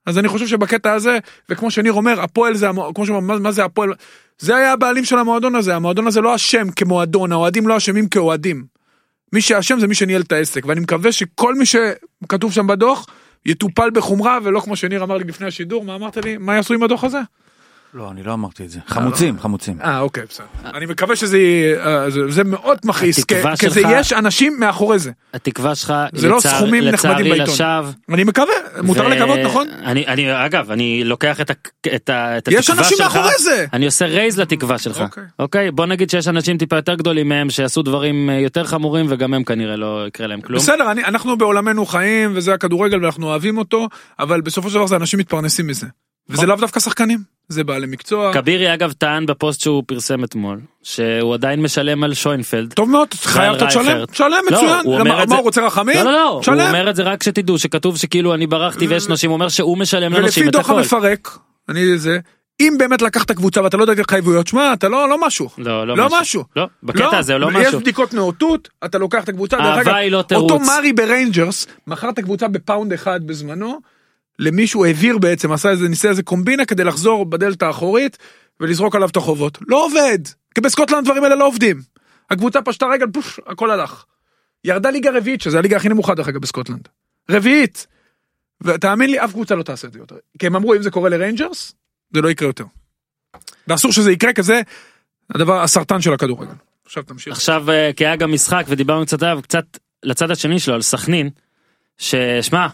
אז אני חושב שבקטע הזה, וכמו שניר אומר, הפועל זה, כמו שאומר, מה זה הפועל? זה היה הבעלים של המועדון הזה, המועדון הזה לא אשם כמועדון, האוהדים לא אשמים כאוהדים. מי שאשם זה מי שניהל את העסק, ואני מקווה שכל מי שכתוב שם בדוח, יטופל בחומרה, ולא כמו שניר אמר לי לפני השידור, מה אמרת לי? מה יעשו עם הדוח הזה? לא, אני לא אמרתי את זה. חמוצים. אוקיי, בסדר. אני מקווה שזה מאוד מכעיס, כי זה יש אנשים מאחורי זה. התקווה שלך, זה לא סכומים נחמדים בעיתון. אני מקווה, מותר לקוות, נכון? אגב, אני לוקח את התקווה שלך. יש אנשים מאחורי זה. אני עושה רייז לתקווה שלך. אוקיי, בוא נגיד שיש אנשים טיפה יותר גדולים מהם, שעשו דברים יותר חמורים, וגם הם כנראה לא יקרה להם כלום. בסדר, אנחנו בעולמנו חיים, וזה הכדורגל, ואנחנו אוהבים אותו, אבל בסופו של דבר זה אנשים מתפרנסים מזה. וזה לאו דווקא שחקנים, זה בעלי מקצוע. קבירי אגב טען בפוסט שהוא פרסם אתמול, שהוא עדיין משלם על שוינפלד. טוב מאוד, חייב אתה תשלם מצוין. מה הוא רוצה רחמים? לא, הוא אומר את זה רק שתדעו, שכתוב שכאילו אני ברחתי ויש נושים, הוא אומר שהוא משלם לנושים את ולפי הכל. דוח המפרק, אם באמת לקחת קבוצה ואתה לא יודע את חייבויות, שמה, אתה לא משהו. לא משהו. לא, בקטע הזה לא משהו. יש בדיקות נאותות, אתה לוקח את הקבוצה. אהבה היא לא תירוץ. אותו מארי בריינג'רס, מכר את הקבוצה בפאונד אחד בזמנו, למישהו העביר בעצם, ניסה איזה קומבינה כדי לחזור בדלת האחורית, ולזרוק עליו את החובות. לא עובד. כי בסקוטלנד דברים האלה לא עובדים. הקבוצה פשטה רגל, פוש, הכל הלך. ירדה ליגה רביעית, שזה הליגה הכי נמוכה דרך אגב בסקוטלנד. רביעית. ותאמין לי, אף קבוצה לא תעשה את זה יותר. כי הם אמרו, אם זה קורה לריינג'רס, זה לא יקרה יותר. ואסור שזה יקרה, כזה הדבר, הסרטן של הכדורגל. עכשיו תמשיך. עכשיו, כי היה גם משחק, ודיברנו קצת לצד השני שלו, על סכנין, ששמע,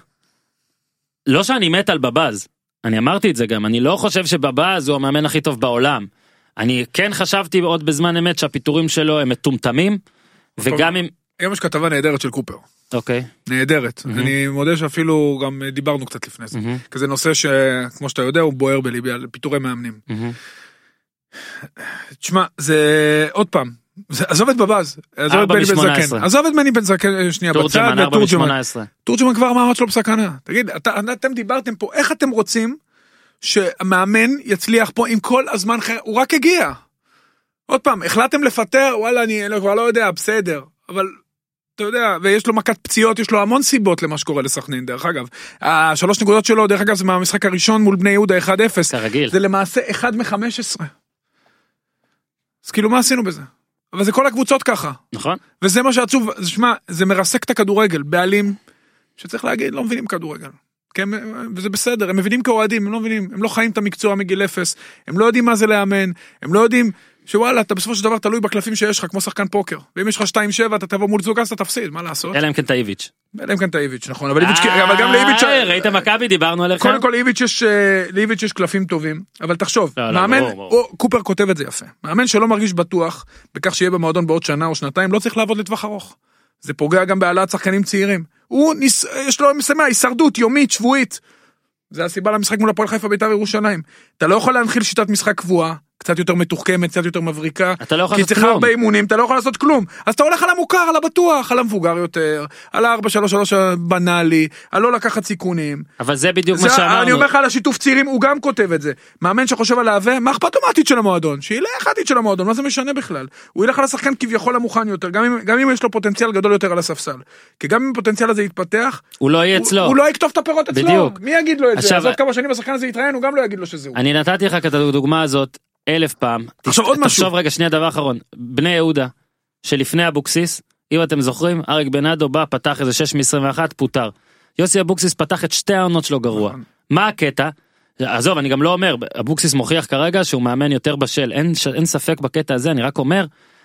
לא שאני מת על בבאז, אני אמרתי את זה גם, אני לא חושב שבבאז הוא המאמן הכי טוב בעולם. אני כן חשבתי עוד בזמן אמת שהפיתורים שלו הם מטומטמים, וגם אם... היום יש כתבה נהדרת של קופר. אוקיי. נהדרת. אני מודה שאפילו גם דיברנו קצת לפני זה. כי זה נושא שכמו שאתה יודע הוא בוער בליבי על פיתורי מאמנים. תשמע, זה עוד פעם, עזוב את בבאז, עזוב את בני בן זקן, עזוב את בני בן זקן שנייה בצד, תורג'מן כבר המעמד שלו בסכנה. תגיד, אתם דיברתם פה, איך אתם רוצים שהמאמן יצליח פה עם כל הזמן, הוא רק הגיע. עוד פעם, החלטתם לפטר, וואלה, אני כבר לא יודע, בסדר, אבל אתה יודע, ויש לו מכת פציעות, יש לו המון סיבות למה שקורה לסכנין, דרך אגב. 3 נקודות שלו, דרך אגב, זה מהמשחק הראשון מול בני יהודה 1-0. זה למעשה 1 מ-15. אז כאילו, מה עשינו בזה? אבל זה כל הקבוצות ככה. נכון. וזה מה שעצוב, שמה, זה מרסק את הכדורגל, בעלים, שצריך להגיד, לא מבינים כדורגל. וזה בסדר, הם מבינים כאוהדים, הם לא מבינים, הם לא חיים את המקצוע מגיל 0, הם לא יודעים מה זה לאמן, הם לא יודעים שוואלה, אתה בסופו של דבר תלוי בקלפים שיש לך, כמו שחקן פוקר. ואם יש לך 2-7, אתה תבוא מול זוגס, אתה תפסיד, מה לעשות? אלא אם כן טייביץ'. אלא אם כן טייביץ', נכון, אבל גם לאיביץ'... ראית מכבי, דיברנו עליך? קודם כל, לאיביץ' יש קלפים טובים, אבל תחשוב, מאמן, קופר כותב את זה יפה. מאמן שלא מרגיש בטוח, בכך שיהיה במועדון בעוד שנה או שנתיים, לא צריך לעבוד לטווח ארוך. זה פוגע גם בהעלאת שחקנים צעירים. יש לו משימה, הישרדות, יומית, שבועית. זה הסיבה למשחק מול הפועל חיפה בית"ר ירושלים. אתה לא יכול להנחיל שיטת משחק קבועה, קצת יותר מתוחכמת, קצת יותר מבריקה. אתה לא יכול כי לעשות צריך כלום. הרבה אימונים, אתה לא יכול לעשות כלום. אז אתה הולך על המוכר, על הבטוח, על המבוגר יותר, על ה-4-3-3 הבנאלי, על לא לקחת סיכונים. אבל זה בדיוק מה שאמרנו. אני אומר לך על השיתוף צעירים, הוא גם כותב את זה. מאמן שחושב על ההווה, מה אכפת לו מהעתיד של המועדון? שילך העתיד של המועדון, מה זה משנה בכלל? הוא ילך על השחקן כביכול המוכן יותר, גם אם יש לו פוטנציאל גדול יותר על הספסל. כי גם אם הפוטנציאל הזה יתפתח, הוא לא יהיה אצלו. הוא לא יקטוף את הפירות אצלו. בדיוק. מי יגיד לו את זה? עזוב כמה שנים השחקן הזה יתראיין, הוא גם לא יגיד לו שזה הוא. אני נתתי לך את הדוגמה הזאת 1000 פעם. עכשיו עוד משהו. תחשוב רגע, שנייה, דבר אחרון. בני יהודה, שלפני אבוקסיס, אם אתם זוכרים, אריק בנאדו בא, פתח איזה 6 מ-21, פוטר. יוסי אבוקסיס פתח את 2 העונות שלו גרוע. מה הקטע? עזוב, אני גם לא אומר, אבוקסיס מוכיח כרגע שהוא מאמן יותר בשל, אין ספק בקטע הזה, אני רק אומר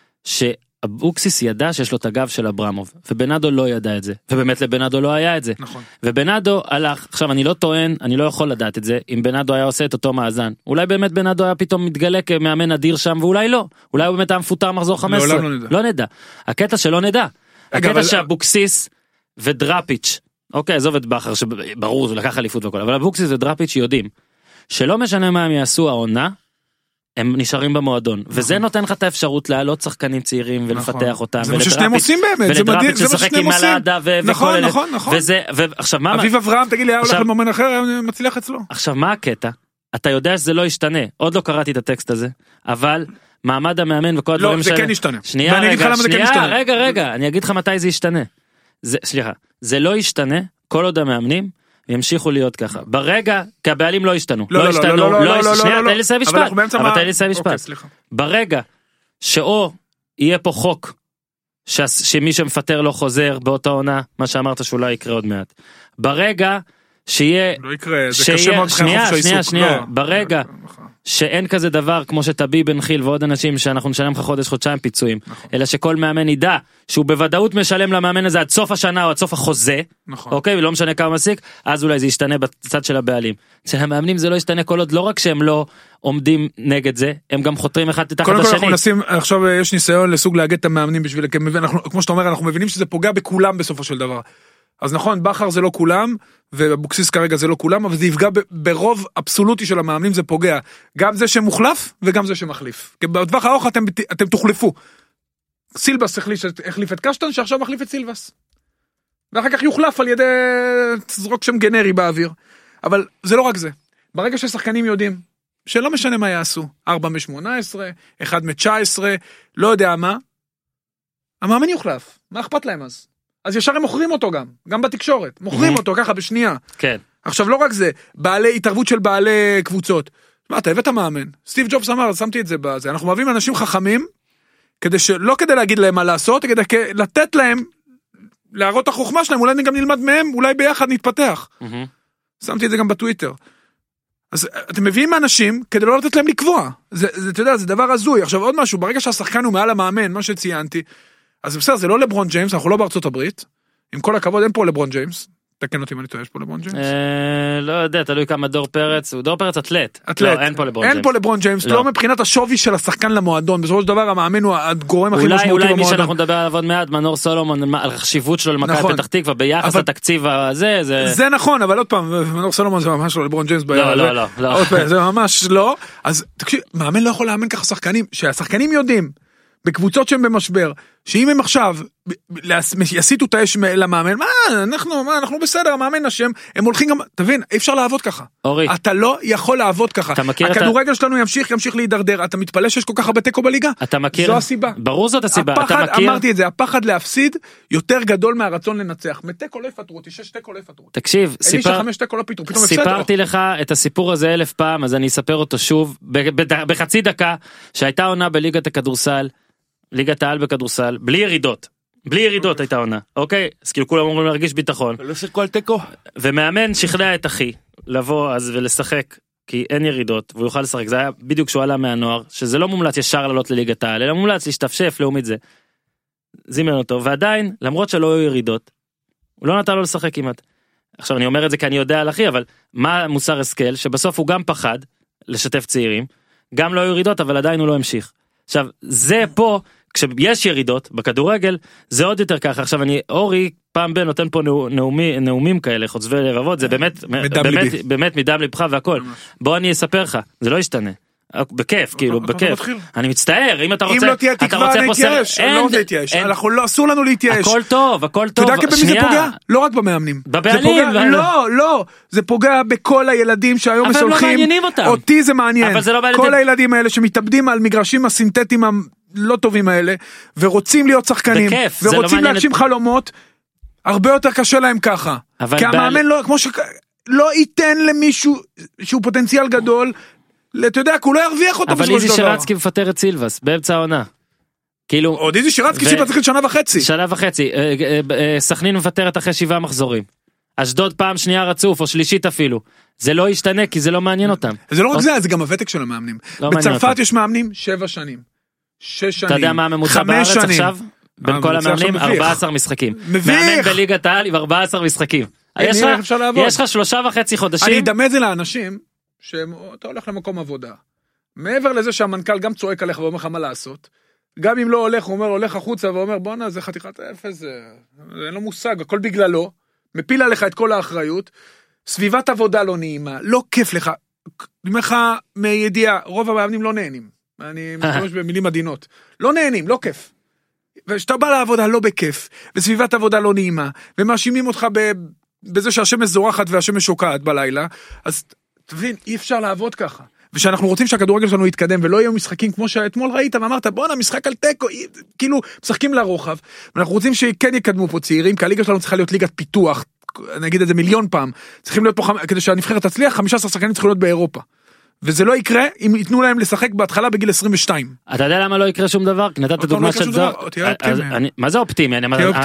שאבוקסיס ידע שיש לו את הגב של אברמוב, ובנאדו לא ידע את זה, ובאמת לבנאדו לא היה את זה. נכון. ובנאדו הלך, עכשיו אני לא טוען, אני לא יכול לדעת את זה, אם בנאדו היה עושה את אותו מאזן, אולי באמת בנאדו היה פתאום מתגלה כמאמן אדיר שם, ואולי לא, אולי הוא באמת היה מפוטר מחזור 15, לא נדע. הקטע שלא נדע, הקטע שאבוקסיס ודראפיץ', אוקיי, עזוב את בכר, שברור שהוא לקח אליפות וכל, אבל אבוקסיס ודראפיץ' יודעים, שלא משנה מה הם יעשו העונה, הם נשארים במועדון, וזה נותן לך את האפשרות להעלות שחקנים צעירים ולפתח אותם. זה מה ששניהם עושים באמת, זה מדהים, זה מה ששניהם עושים. נכון, נכון, נכון. ועכשיו מה... אביב אברהם, תגיד לי, היה הולך למאמן אחר, היה מצליח אצלו. עכשיו מה הקטע? אתה יודע שזה לא ישתנה, עוד לא קראתי את הטקסט הזה, אבל מעמד המאמן וכל הדברים לא, זה כן ישתנה. שנייה, רגע, אני אגיד לך מתי זה ישתנה. סליחה, זה לא ישתנה, כל עוד המאמנים ימשיכו להיות ככה. ברגע, כי הבעלים לא השתנו. לא, שנייה, תן לי לסיים משפט. אבל תן לי לסיים משפט. ברגע שאו יהיה פה חוק, שמי שמפטר לא חוזר באותה עונה, מה שאמרת שאולי יקרה עוד מעט. ברגע שיהיה... לא יקרה, זה קשה מאוד שנייה, ברגע שאין כזה דבר כמו שטבי בן חיל ועוד אנשים שאנחנו נשלם לך חודש-חודשיים פיצויים, אלא שכל מאמן ידע שהוא בוודאות משלם למאמן הזה עד סוף השנה או עד סוף החוזה, אוקיי, ולא משנה כמה מסיק, אז אולי זה ישתנה בצד של הבעלים. אצל המאמנים זה לא ישתנה כל עוד, לא רק שהם לא עומדים נגד זה, הם גם חותרים אחד תחת השני. קודם כל אנחנו נשים, עכשיו יש ניסיון לסוג להגד את המאמנים בשביל, כמו שאתה אומר, אנחנו מבינים שזה פוגע בכולם בסופו של דבר. אז נכון, בחר זה לא כולם, ובוקסיס כרגע זה לא כולם, אבל זה יפגע ברוב אבסולוטי של המאמנים, זה פוגע. גם זה שמוחלף, וגם זה שמחליף. כי בטווח הארוך אתם תוחלפו. סילבס החליף את קשטן, שעכשיו מחליף את סילבס. ואחר כך יוחלף על ידי זרוק שם גנרי באוויר. אבל זה לא רק זה. ברגע ששחקנים יודעים, שלא משנה מה יעשו, 4 מ-18, 1 מ-19, לא יודע מה, המאמן יוחלף. מה אכפת להם אז? אז ישר הם מוכרים אותו גם בתקשורת, מוכרים אותו ככה בשנייה. כן. עכשיו לא רק זה, התערבות של בעלי קבוצות. מה, אתה הבאת מאמן? סטיב ג'ובס אמר, שמתי את זה בזה. אנחנו מביאים אנשים חכמים, לא כדי להגיד להם מה לעשות, כדי לתת להם, להראות את החוכמה שלהם, אולי גם נלמד מהם, אולי ביחד נתפתח. שמתי את זה גם בטוויטר. אז אתם מביאים אנשים כדי לא לתת להם לקבוע. אתה יודע, זה דבר הזוי. עכשיו עוד משהו, ברגע שהשחקן הוא מעל המאמן, מה שציינתי, אז בסדר, זה לא לברון ג'יימס, אנחנו לא בארצות הברית, עם כל הכבוד, אין פה לברון ג'יימס, תקן אותי אם אני טועה, יש פה לברון ג'יימס? לא יודע, תלוי כמה דור פרץ, הוא דור פרץ אתלט. לא, אין פה לברון ג'יימס. אין פה לברון ג'יימס, לא מבחינת השווי של השחקן למועדון, בסופו של דבר המאמן הוא הגורם הכי משמעותי במועדון. אולי מי שאנחנו נדבר עליו עוד מעט, מנור סולומון, על החשיבות שלו למכבי פתח תקווה, ביחס לתקציב הזה, זה נכון, אבל עוד פעם, מנור סולומון זה ממש לא לברון ג'יימס. לא. זה ממש לא. אז תקשיב, מאמן לא יכול לאמן ככה שחקנים, שהשחקנים יודעים בקבוצות שהם במשבר, שאם הם עכשיו יסיטו את האש למאמן, אנחנו בסדר, המאמן נשם, הם הולכים גם, תבין, אי אפשר לעבוד ככה. אורי. אתה לא יכול לעבוד ככה. הכדורגל שלנו ימשיך להידרדר, אתה מתפלא שיש כל כך הרבה תיקו בליגה? אתה מכיר? זו הסיבה. ברור זאת הסיבה. אמרתי את זה, הפחד להפסיד יותר גדול מהרצון לנצח. מתיקו לא יפטרו אותי, 6 תיקו לא יפטרו אותי. תקשיב, סיפרתי לך את הסיפור הזה 1000 פעם, אז אני אספר אותו שוב, בחצי דקה, שהייתה עונה בליגת הכדורסל, ליגת העל בכדורסל, בלי ירידות הייתה עונה, אוקיי? אז כאילו כולם אמורים להרגיש ביטחון. לא שיחקו על תיקו. ומאמן שכנע את אחי, לבוא אז ולשחק, כי אין ירידות, והוא יוכל לשחק, זה היה בדיוק שהוא עלה מהנוער, שזה לא מומלץ ישר לעלות לליגת העל, אלא מומלץ להשתפשף לאומית זה. זימן אותו, ועדיין, למרות שלא היו ירידות, הוא לא נתן לו לשחק כמעט. עכשיו אני אומר את זה כי אני יודע על אחי, אבל מה מוסר השכל, שבסוף הוא גם פחד לשתף צעירים, גם לא היו ירידות, אבל עדיין הוא לא המשיך. עכשיו, זה פה, כשיש ירידות בכדורגל, זה עוד יותר ככה. עכשיו, אורי פעם בין נותן פה נאומים כאלה, חוצבי לבבות, זה באמת מדם לבך והכל. בוא אני אספר לך, זה לא ישתנה. בכיף, כאילו, בכיף. אני מצטער, אם אתה רוצה... אם לא תהיה תקווה, להתייאש. לא להתייאש. אסור לנו להתייאש. הכל טוב. אתה יודע כמי זה פוגע? לא רק במאמנים. בבעלים. לא. זה פוגע בכל הילדים שהיום מסולחים. אבל הם לא מעניינים אותם. אותי זה מעניין. כל הילדים האלה שמתאבדים על מגרשים הסינתטיים הלא טובים האלה, ורוצים להיות שחקנים, ורוצים להגשים חלומות, הרבה יותר קשה להם ככה. כי המאמן לא ייתן למישהו שהוא פוטנציאל גדול, אתה יודע, הוא לא ירוויח אותו. אבל איזי שרצקי מפטר את סילבס באמצע העונה. כאילו... עוד איזי שרצקי סילבס צריך 1.5 שנה. 1.5 סכנין מפטרת אחרי 7 מחזורים. אשדוד פעם שנייה רצוף, או שלישית אפילו. זה לא ישתנה, כי זה לא מעניין אותם. זה לא רק זה, זה גם הוותק של המאמנים. בצרפת יש מאמנים 7 שנים. 6 שנים. אתה יודע מה הממוצע בארץ עכשיו? בין כל המאמנים 14 משחקים. מאמן בליגת העל עם 14 משחקים. יש לך 3.5 חודשים. אני אדמה את זה לאנשים שאתה הולך למקום עבודה. מעבר לזה שהמנכ"ל גם צועק עליך ואומר לך מה לעשות, גם אם לא הולך, הוא אומר, הולך החוצה ואומר, בוא'נה, זה חתיכת אפס, אין לו מושג, הכל בגללו, מפיל עליך את כל האחריות, סביבת עבודה לא נעימה, לא כיף לך, אני אומר לך מידיעה, רוב המאמנים לא נהנים, אני משתמש במילים עדינות, לא נהנים, לא כיף, ושאתה בא לעבודה לא בכיף, וסביבת עבודה לא נעימה, ומאשימים אותך בזה שהשמש זורחת והשמש שוקעת בלילה, אז תבין, אי אפשר לעבוד ככה. ושאנחנו רוצים שהכדורגל שלנו יתקדם, ולא יהיו משחקים כמו שאתמול ראית, ואמרת, בוא'נה, משחק על טקו, כאילו, משחקים לרוחב, ואנחנו רוצים שכן יקדמו פה צעירים, כי הליגה שלנו צריכה להיות ליגת פיתוח, אני אגיד את זה מיליון פעם, צריכים להיות פה, כדי שהנבחרת תצליח, 15 שחקנים צריכים להיות באירופה. וזה לא יקרה אם ייתנו להם לשחק בהתחלה בגיל 22. אתה יודע למה לא יקרה שום דבר? נתת דוגמה של זו. מה זה אופטימי?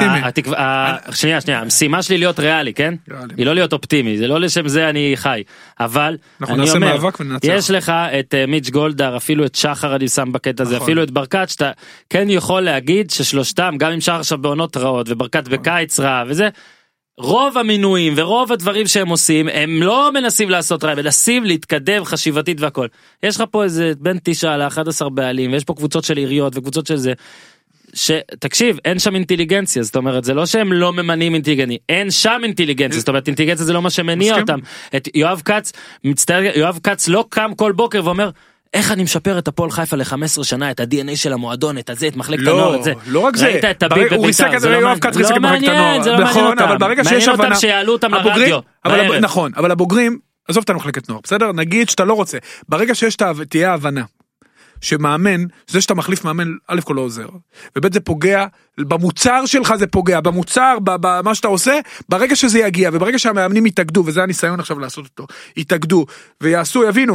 שנייה, המשימה שלי להיות ריאלי, כן? היא לא להיות אופטימי, זה לא לשם זה אני חי. אבל אני אומר, יש לך את מיץ' גולדהר, אפילו את שחר אני שם בקטע הזה, אפילו את ברקת, שאתה כן יכול להגיד ששלושתם, גם אם שחר עכשיו בעונות רעות, וברקת בקיץ רע, וזה, רוב המינויים ורוב הדברים שהם עושים, הם לא מנסים לעשות רע, מנסים להתקדם חשיבתית והכל. יש לך פה איזה בין 9 ל-11 בעלים, ויש פה קבוצות של עיריות וקבוצות של זה, שתקשיב, אין שם אינטליגנציה, זאת אומרת, זה לא שהם לא ממנים אינטליגנציה, אין שם אינטליגנציה, זאת אומרת, אינטליגנציה זה לא מה שמניע אותם. את יואב קץ, מצטער, יואב קץ לא קם כל בוקר ואומר, איך אני משפר את הפועל חיפה ל-15 שנה, את ה-DNA של המועדון, את הזה, את מחלקת הנוער, את זה. לא רק זה, הוא ריסק את זה, יואב קץ ריסק את מחלקת הנוער. זה לא מעניין אותם, אבל ברגע שיש הבנה, מעניין אותם שיעלו אותם לרדיו. נכון, אבל הבוגרים, עזוב את המחלקת נוער, בסדר? נגיד שאתה לא רוצה. ברגע שיש תהיה הבנה, שמאמן, זה שאתה מחליף מאמן, א' כל לא עוזר. וב' זה פוגע, במוצר שלך זה פוגע, במוצר, במה שאתה עושה, ברגע שזה יגיע, וברגע שהמאמנים יתאגדו, וזה הניסיון עכשיו לעשות אותו, יתאגדו, ויעשו, יבינו,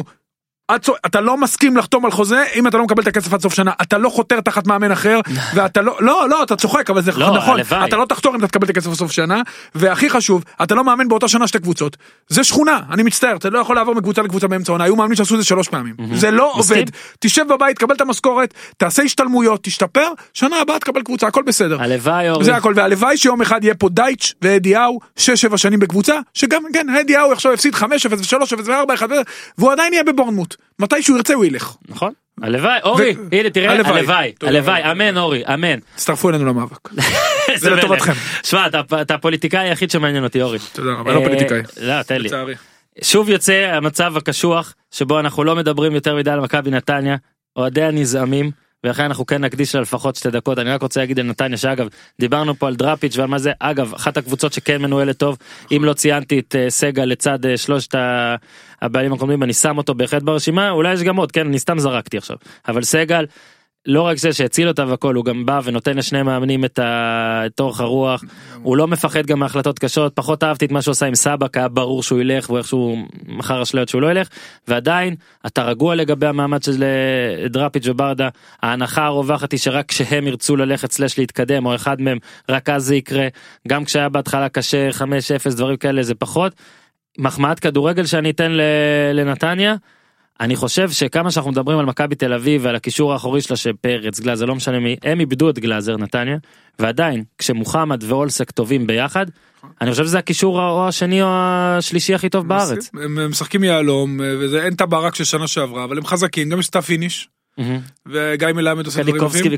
אתה לא מסכים לחתום על חוזה אם אתה לא מקבל את הכסף עד סוף שנה, אתה לא חותר תחת מאמן אחר, ואתה לא, אתה צוחק, אבל זה נכון, אתה לא תחתור אם אתה תקבל את הכסף עד סוף שנה, והכי חשוב, אתה לא מאמן באותה שנה 2 קבוצות, זה שכונה, אני מצטער, אתה לא יכול לעבור מקבוצה לקבוצה באמצע עונה, היו מאמנים שעשו את זה 3 פעמים, זה לא עובד, תשב בבית, קבל את המשכורת, תעשה השתלמויות, תשתפר, שנה הבאה תקבל קבוצה, הכל בסדר. זה הכל, והלוואי שיום אחד יהיה פה דייץ' ואדיהו 6-7 שנים בקבוצה, שגם כן, אדיהו עכשיו הפסיד 5-0 ו-3-0 ו-4-1 והוא עדיין יהיה בבורנמוט. מתי שהוא ירצה הוא ילך. נכון. הלוואי, אורי, הנה תראה, הלוואי, אמן אורי, אמן. תצטרפו אלינו למאבק. זה לטובתכם. שמע, אתה הפוליטיקאי היחיד שמעניין אותי, אורי. תודה רבה, לא פוליטיקאי. לא, תן לי. שוב יוצא המצב הקשוח, שבו אנחנו לא מדברים יותר מדי על מכבי נתניה, אוהדי הנזעמים, ולכן אנחנו כן נקדיש לה לפחות 2 דקות. אני רק רוצה להגיד על נתניה, שאגב, דיברנו פה על דראפיץ' ועל מה זה, אגב, אחת הקבוצות שכן מנוהלת טוב, אם לא ציינתי את סגל לצד 3 הבעלים הקודמים, אני שם אותו בהחלט ברשימה, אולי יש גם עוד, כן, אני סתם זרקתי עכשיו, אבל סגל, לא רק זה שהציל אותה והכל, הוא גם בא ונותן לשני מאמנים את אורך הרוח, הוא לא מפחד גם מהחלטות קשות, פחות אהבתי את מה שהוא עושה עם סבא, כי היה ברור שהוא ילך, ואיכשהו מחר אשליות שהוא לא ילך, ועדיין, אתה רגוע לגבי המעמד של דראפיץ' וברדה, ההנחה הרווחת היא שרק כשהם ירצו ללכת סלש להתקדם, או אחד מהם, רק אז זה יקרה, גם כשהיה בהתחלה קשה, 5-0, דברים כאלה, זה פחות, מחמאת כדורגל שאני אתן לנתניה, אני חושב שכמה שאנחנו מדברים על מכבי תל אביב ועל הקישור האחורי שלה שפרץ, גלאזר, לא משנה מי, הם איבדו את גלאזר נתניה, ועדיין, כשמוחמד ואולסק טובים ביחד, אני חושב שזה הקישור או השני או השלישי הכי טוב בארץ. הם משחקים יעלום, ואין את הברק של שנה שעברה, אבל הם חזקים, גם יש את הפיניש, וגיא מלמד עושה דברים טובים,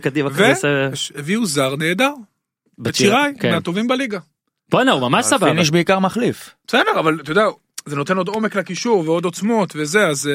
והביאו זר נהדר, בצ'יראי, מהטובים בליגה. בוא'נה, הוא ממש סבבה. הפיניש בעיקר מחליף. בסדר, אבל אתה יודע, זה נותן עוד עומק לקישור ועוד עוצמות וזה, אז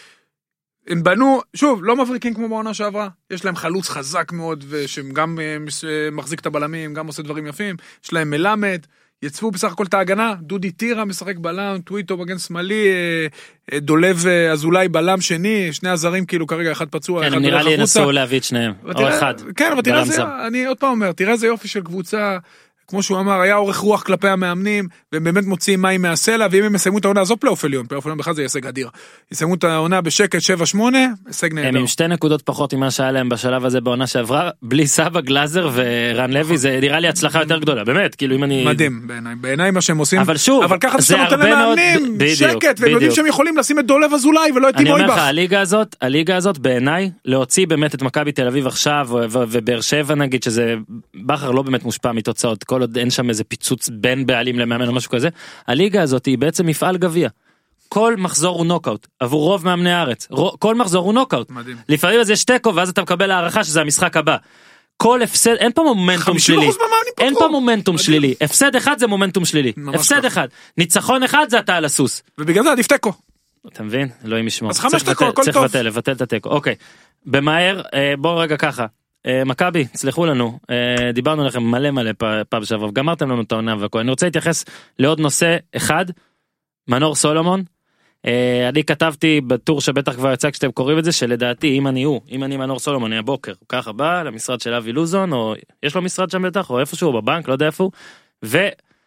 הם בנו, שוב, לא מבריקים כמו בעונה שעברה, יש להם חלוץ חזק מאוד, שגם מחזיק את הבלמים, גם עושה דברים יפים, יש להם מלמד, יצפו בסך הכל את ההגנה, דודי טירה משחק בלם, טוויטו בגן שמאלי, דולב אזולאי בלם שני, 2 הזרים כאילו כרגע אחד פצוע, אחד נראה לי ינסו להביא את שניהם, או אחד. כן, אבל תראה זה, אני עוד פעם אומר, תראה זה יופי של קבוצה, כמו שהוא אמר, היה אורך רוח כלפי המאמנים, והם באמת מוציאים מים מהסלע, ואם הם מסיימו את העונה, זו פלייאוף עליון, פלייאוף עליון בכלל זה הישג אדיר. יסיימו את העונה בשקט 7-8, הישג נהדר. הם עם 2 נקודות פחות ממה שהיה להם בשלב הזה בעונה שעברה, בלי סבא, גלאזר ורן לוי, זה נראה לי הצלחה יותר גדולה, באמת, כאילו אם אני... מדהים, בעיניי מה שהם עושים, אבל שוב, אבל ככה זה נותן למאמנים, שקט, והם יודעים שהם יכולים לשים את דולב אזולאי ולא את טימו איבך. אני אומר לך, הליגה הזאת בעיניי, להוציא באמת את מכבי תל אביב עכשיו, ובאר שבע נגיד, שזה בכר לא באמת מושפע מתוצאות, כל עוד אין שם איזה פיצוץ בין בעלים למאמן או משהו כזה, הליגה הזאת היא בעצם מפעל גביע. כל מחזור הוא נוקאוט, עבור רוב מאמני הארץ. כל מחזור הוא נוקאוט. מדהים. לפעמים זה שתיקו, ואז אתה מקבל הערכה שזה המשחק הבא. כל הפסד, אין פה מומנטום שלילי. אין פה מומנטום שלילי. הפסד אחד זה מומנטום שלילי. הפסד אחד. ניצחון אחד זה אתה על הסוס. ובגלל זה עדיף תיקו. אתה מבין? אלוהים ישמור. אז 5 תיקו, הכל טוב. צריך לבטל את התיקו. אוקיי. במהר, בואו רגע ככה. מכבי, סלחו לנו, דיברנו לכם מלא פעם שעבר, גמרתם לנו את העונה והכל. אני רוצה להתייחס לעוד נושא אחד, מנור סולומון. אני כתבתי בטור שבטח כבר יצא כשאתם קוראים את זה, שלדעתי אם אני מנור סולומון, אני הבוקר, הוא ככה בא למשרד של אבי לוזון, או יש לו משרד שם בטח, או איפשהו בבנק, לא יודע איפה הוא,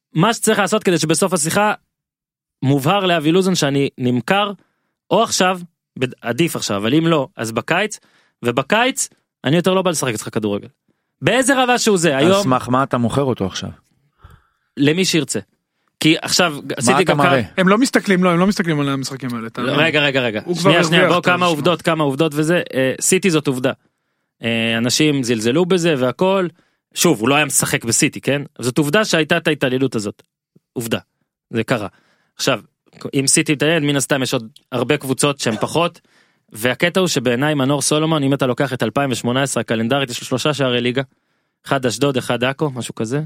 מה שצריך לעשות כדי שבסוף השיחה מובהר לאבי לוזון שאני נמכר, או עכשיו, עדיף עכשיו, אבל אם לא, אז בקיץ, ובקיץ אני יותר לא בא לשחק אצלך כדורגל. באיזה רבה שהוא זה, היום... אז סמך מה אתה מוכר אותו עכשיו? למי שירצה. כי עכשיו, מה אתה מראה? הם לא מסתכלים על המשחקים האלה. רגע. שנייה, בואו כמה עובדות וזה, סיטי זאת עובדה. אנשים זלזלו בזה והכל, שוב, הוא לא היה משחק בסיטי, כן? זאת עובדה שהייתה את ההתעללות הזאת. עובדה. זה קרה. עכשיו, אם סיטי תעיין, מן הסתם יש עוד הרבה קבוצות שהן פחות, והקטע הוא שבעיניי מנור סולומון, אם אתה לוקח את 2018 הקלנדרית, יש לו 3 שערי ליגה, 1 אשדוד, 1 עכו, משהו כזה,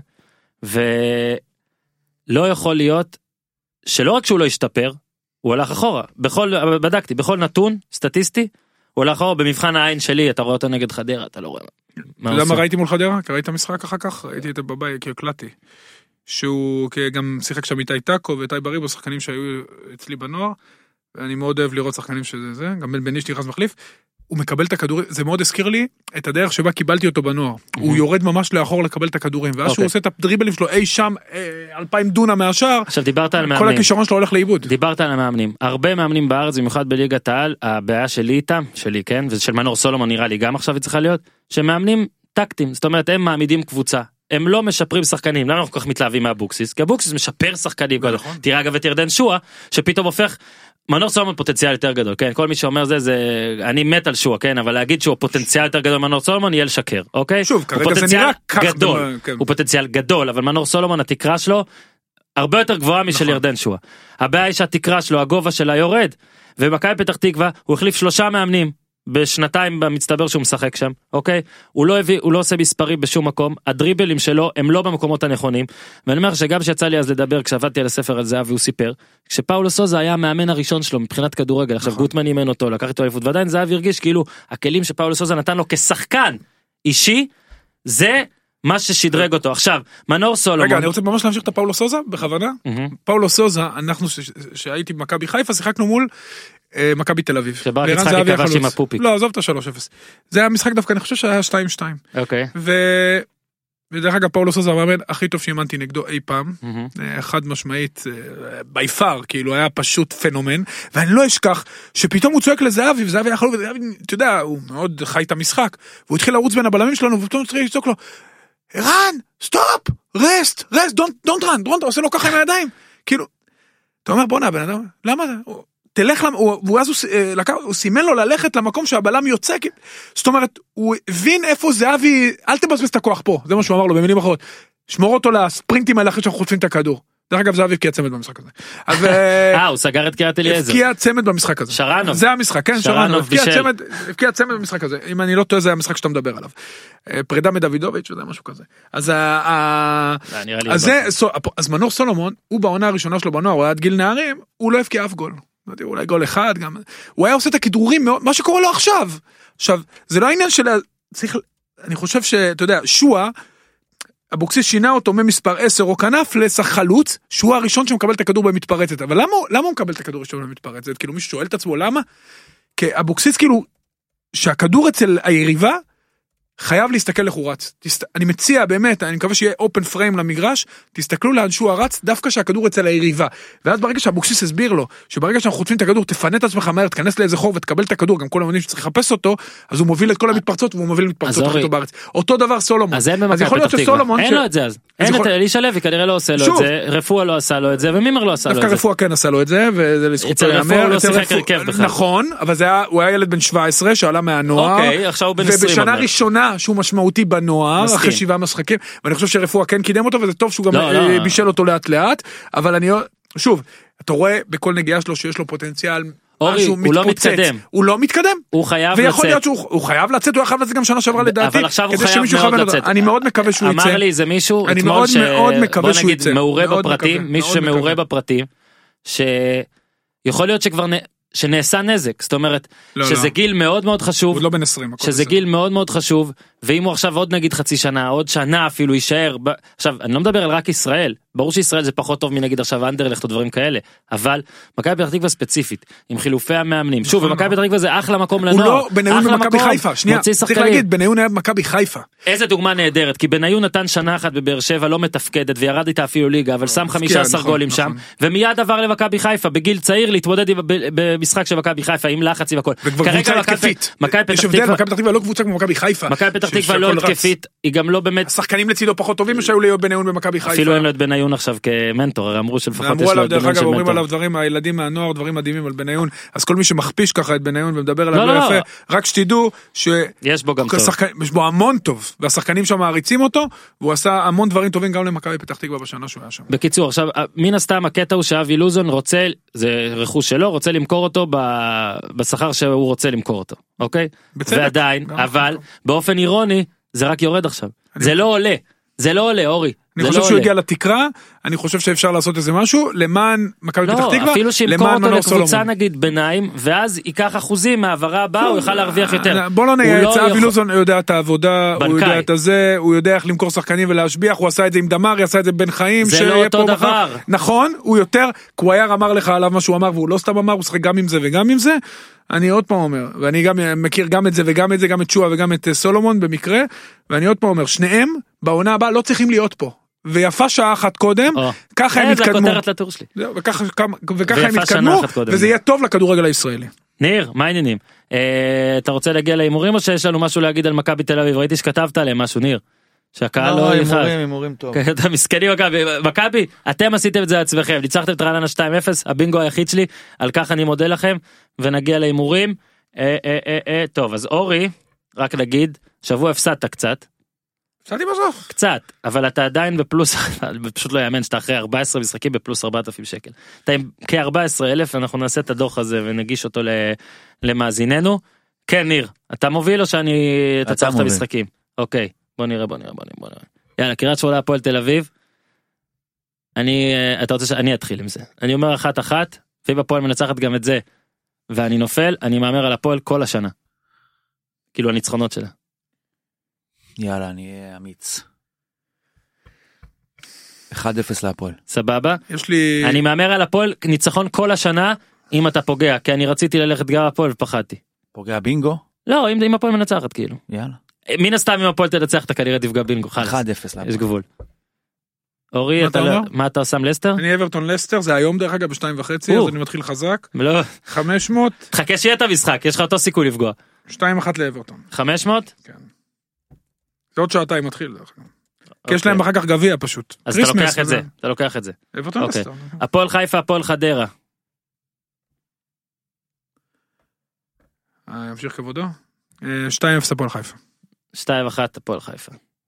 ולא יכול להיות, שלא רק שהוא לא השתפר, הוא הלך אחורה, בדקתי, בכל נתון סטטיסטי, הוא הלך אחורה, במבחן העין שלי, אתה רואה אותו נגד חדרה, אתה לא רואה. אתה יודע מה ראיתי מול חדרה? כי ראית המשחק אחר כך, ראיתי את בבית, כי הקלטתי. שהוא גם שיחק שם איתי טאקו ואיתי בריבו, שחקנים שהיו אצלי בנוער, ואני מאוד אוהב לראות שחקנים שזה זה, גם בן בניש נכנס מחליף, הוא מקבל את הכדורים, זה מאוד הזכיר לי את הדרך שבה קיבלתי אותו בנוער, הוא יורד ממש לאחור לקבל את הכדורים, ואז שהוא עושה את הדריבלים שלו אי שם 2000 דונם מהשאר, עכשיו דיברת על מאמנים, כל הכישרון שלו הולך לאיבוד. דיברת על המאמנים, הרבה מאמנים בארץ, במיוחד בליגת העל, הבעיה שלי איתם, שלי כן, ושל מנור סולומון נראה לי גם עכשיו היא צריכה להיות, שמאמנים טקטים, זאת אומרת הם מעמידים קבוצה, הם לא משפרים שחקנים, למה אנחנו כל כך מתלהבים מהבוקסיס? כי הבוקסיס משפר שחקנים, תראה אגב את ירדן שואה, שפתאום הופך, מנור סולומון פוטנציאל יותר גדול, כן? כל מי שאומר זה, אני מת על שואה, כן? אבל להגיד שהוא פוטנציאל יותר גדול מנור סולומון, יהיה לשקר, אוקיי? שוב, כרגע זה נראה כך גדול, הוא פוטנציאל גדול, אבל מנור סולומון, התקרה שלו, הרבה יותר גבוהה משל ירדן שואה. הבעיה היא שהתקרה שלו, הגובה שלה יורד, ומכבי פתח תקווה, הוא החליף 3 מאמנים, בשנתיים במצטבר שהוא משחק שם, אוקיי? הוא לא עושה מספרים בשום מקום, הדריבלים שלו הם לא במקומות הנכונים, ואני אומר שגם שיצא לי אז לדבר, כשעבדתי על הספר על זהבי, הוא סיפר, כשפאולו סוזה היה המאמן הראשון שלו מבחינת כדורגל, עכשיו גוטמן אימן אותו, לקח איתו אליפות, ועדיין זהבי הרגיש כאילו, הכלים שפאולו סוזה נתן לו כשחקן אישי, זה מה ששדרג אותו. עכשיו, מנור סולומון... רגע, אני רוצה ממש להמשיך את הפאולו סוזה, בכוונה. פאולו סוזה, אנחנו שהייתי במכבי חיפה, שיחקנו מול מכבי תל אביב. שברק יצחקי כבש עם הפופיק. לא, עזוב את ה-3-0. זה היה משחק דווקא, אני חושב שהיה 2-2. אוקיי. ודרך אגב, פאולו סוזה המאמן הכי טוב שאימנתי נגדו אי פעם. חד משמעית, ביפר, כאילו היה פשוט פנומן. ואני לא אשכח שפתאום הוא צועק לזהבי, וזהבי יכול, אתה יודע, הוא מאוד חי את המשחק. והוא התחיל לרוץ בין הבלמים שלנו, ופתאום צריך לצעוק לו, ערן, סטופ, רסט, don't run, עושה לו ככה עם הידיים. כאילו, אתה אומר, בוא נע, בן אדם, למה זה? תלך, ואז הוא סימן לו ללכת למקום שהבלם יוצא, זאת אומרת, הוא הבין איפה זהבי, אל תבזבז את הכוח פה, זה מה שהוא אמר לו במילים אחרות, שמור אותו לספרינטים האלה אחרי שאנחנו חוטפים את הכדור. דרך אגב, זהבי הבקיע צמד במשחק הזה. הוא סגר את קריית אליעזר. הבקיע צמד במשחק הזה. שרנוב. זה המשחק, כן, שרנוב. הבקיע צמד במשחק הזה. אם אני לא טועה, זה המשחק שאתה מדבר עליו. פרידה מדוידוביץ' וזה משהו כזה. אז מנור סולומון, הוא בעונה הראשונה שלו בנוער, הוא היה עד גיל נערים, הוא לא הבקיע אף גול. אולי גול אחד גם. הוא היה עושה את הכדרורים, מה שקורה לו עכשיו. עכשיו, זה לא העניין של... אני חושב שאתה יודע, שואה, אבוקסיס שינה אותו ממספר 10 או כנף לחלוץ, שהוא הראשון שמקבל את הכדור במתפרצת. אבל למה הוא מקבל את הכדור ראשון במתפרצת? כאילו מישהו שואל את עצמו למה? כי אבוקסיס כאילו, שהכדור אצל היריבה, חייב להסתכל לחורץ. אני מציע באמת, אני מקווה שיהיה אופן פריים למגרש, תסתכלו לאן שהוא הרץ, דווקא שהכדור אצל היריבה. ואז ברגע שאבוקסיס הסביר לו, שברגע שאנחנו חוטפים את הכדור, תפנה את עצמך מהר, תכנס לאיזה חור ותקבל את הכדור, גם כל המאמנים שצריך לחפש אותו, אז הוא מוביל את כל המתפרצות, והוא מוביל מתפרצות הכי טוב בארץ. אותו דבר סולומון. אז יכול להיות שסולומון... אין לו את זה אז. אין את אלישע לוי, כנראה לא עושה לו את זה, רפואה לא עשה לו את זה, ומימר לא עשה לו את זה. דווקא רפואה כן עשה לו את זה, וזה לזכותו ייאמר. נכון, אבל הוא היה ילד בן 17 שעלה מהנוער. אוקיי, עכשיו הוא בן 20. ובשנה ראשונה שהוא משמעותי בנוער, אחרי 7 משחקים, ואני חושב שרפואה כן קידם אותו, וזה טוב שהוא גם בישל אותו לאט לאט, אבל אני, שוב, אתה רואה בכל נגיעה שלו שיש לו פוטנציאל, אורי, הוא לא מתקדם. הוא לא מתקדם. הוא חייב לצאת. ויכול להיות שהוא חייב לצאת, הוא היה חייב לצאת גם שנה שעברה לדעתי. אבל עכשיו הוא חייב מאוד לצאת. אני מאוד מקווה שהוא יצא. אמר לי, זה מישהו, אני מאוד מקווה שהוא יצא. מעורה בפרטים, מישהו שמעורה בפרטים, שיכול להיות שכבר שנעשה נזק, זאת אומרת, שזה גיל מאוד מאוד חשוב, הוא לא בן 20, שזה גיל מאוד מאוד חשוב, ואם הוא עכשיו עוד נגיד חצי שנה, עוד שנה אפילו יישאר, עכשיו אני לא מדבר על רק ישראל, ברור שישראל זה פחות טוב מנגיד עכשיו אנדרלכט או דברים כאלה, אבל מכבי פתח תקווה ספציפית, עם חילופי המאמנים, שוב, ומכבי פתח תקווה זה אחלה מקום לנוער. הוא לא בניון במכבי חיפה, שנייה, צריך להגיד, בניון היה במכבי חיפה. איזה דוגמה נהדרת, כי בניון נתן שנה אחת בבאר שבע לא מתפקדת, וירד איתה אפילו ליגה, אבל שם 15 גולים שם, ומיד עבר למכבי חיפה, בגיל צעיר להתמודד במשחק של מכבי חיפה, עם לחץ וכל. וקבוצה התקפית. יש הבדל, מכבי פתח תקווה לא קבוצה כמו מכבי חיפה. מכבי פתח תקווה לא התקפית, היא גם לא באמת. השחקנים לצידו פחות טובים שהיו להיות בניון במכבי חיפה. אפילו אין לו את בניון עכשיו כמנטור, אמרו שלפחות יש לו את בניון של מנטור. אומרים עליו דברים, הילדים מהנוער, דברים מדהימים על בניון, אז כל מי שמכפיש ככה את בניון ומדבר עליו לא יפה, רק שתדעו יש בו גם טוב. יש בו המון טוב, והשחקנים שם מעריצים אותו, והוא עשה המון דברים טובים גם למכבי פתח תקווה בשנה שהוא היה שם. בקיצור, עכשיו, מן הסתם הקטע הוא שאבי לוזון רוצה, זה רכוש שלו, רוצה למכור אותו בשכר שהוא רוצה למכור אותו, אוקיי? ועדיין, אבל באופן אירוני, זה רק יורד עכשיו. זה לא עולה. זה לא עולה, אורי. אני חושב שהוא הגיע לתקרה, אני חושב שאפשר לעשות איזה משהו, למען מכבי פתח תקווה, אפילו שימכור אותו לקבוצה נגיד ביניים, ואז ייקח אחוזים מהעברה הבאה, הוא יוכל להרוויח יותר. בוא לא נייעץ, אבי לוזון יודע את העבודה, הוא יודע את הזה, הוא יודע איך למכור שחקנים ולהשביח, הוא עשה את זה עם דמרי, עשה את זה בבן חיים, זה לא אותו דבר. נכון, הוא יותר, קווייר אמר לך עליו מה שהוא אמר, והוא לא סתם אמר, הוא שחק גם עם זה וגם עם זה, אני עוד פעם אומר, ואני גם מכיר גם את זה וגם את זה, גם את שואה וגם את סולומון במקרה, ואני עוד פעם אומר, שניהם בעונה הבאה לא צריכים להיות פה. ויפה שעה אחת קודם, ככה הם יתקדמו. וככה הם יתקדמו, וזה יהיה טוב לכדורגל הישראלי. ניר, מה העניינים? אתה רוצה להגיע לאימורים או שיש לנו משהו להגיד על מכבי תל אביב? ראיתי שכתבת עליהם משהו, ניר. שהקהל לא ילחד. אימורים טוב. אתה מסכנים מכבי, אתם עשיתם את זה לעצמכם, ניצחתם את רעננה 2-0, הבינגו היחיד שלי, על כך אני מודה לכם, ונגיע לאימורים. טוב, אז אורי, רק נגיד, שבוע הפסדת קצת. הפסדתי בסוף. קצת, אבל אתה עדיין בפלוס, פשוט לא יאמן שאתה אחרי 14 משחקים בפלוס 4,000 שקל. אתה עם כ-14,000, אנחנו נעשה את הדוח הזה ונגיש אותו למאזיננו. כן, ניר, אתה מוביל או שאני תצרף את המשחקים? אוקיי, בוא נראה. יאללה, קריית שמונה הפועל תל אביב. אתה רוצה שאני אתחיל עם זה. אני אומר 1-1, ואם הפועל מנצחת גם את זה, ואני נופל, אני מאמר על הפועל כל השנה. כאילו הניצחונות שלה. יאללה, אני אהיה אמיץ. 1-0 להפועל. סבבה? יש לי... אני מאמר על הפועל ניצחון כל השנה, אם אתה פוגע, כי אני רציתי ללכת גם הפועל ופחדתי. פוגע בינגו? לא, אם הפועל מנצחת כאילו. יאללה. מן הסתם אם הפועל תנצח אתה כנראה תפגע בינגו. 1-0 להפועל. יש גבול. אורי, מה אתה שם לסטר? אני אברטון לסטר, זה היום דרך אגב ב2:30, אז אני מתחיל חזק. 500. תחכה שיהיה את המשחק, יש לך אותו סיכוי לפגוע. 2-1 לאברטון. 500? כן. זה עוד שעתיים מתחיל. כי יש להם אחר כך גביע פשוט. אז אתה לוקח את זה. אברטון לסטר. הפועל חיפה, הפועל חדרה. ימשיך כבודו. 2-0 הפועל חיפה. 2-1 הפועל חיפה.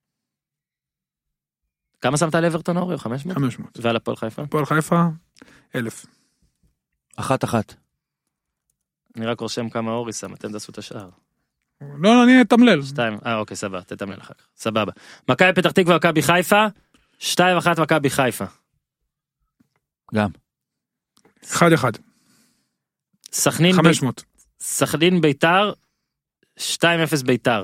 כמה שמת על אברטון אורי? 500? 500. ועל הפועל חיפה? הפועל חיפה 1,000. 1-1. אני רק רושם כמה אורי שם, אתם תעשו את השאר. לא, אני אתמלל. 2, אוקיי, סבבה, תתמלל אחר כך. סבבה. מכבי פתח תקווה, מכבי חיפה, 2-1 מכבי חיפה. גם. 1-1. סכנין 500. סכנין ביתר, 2-0 ביתר.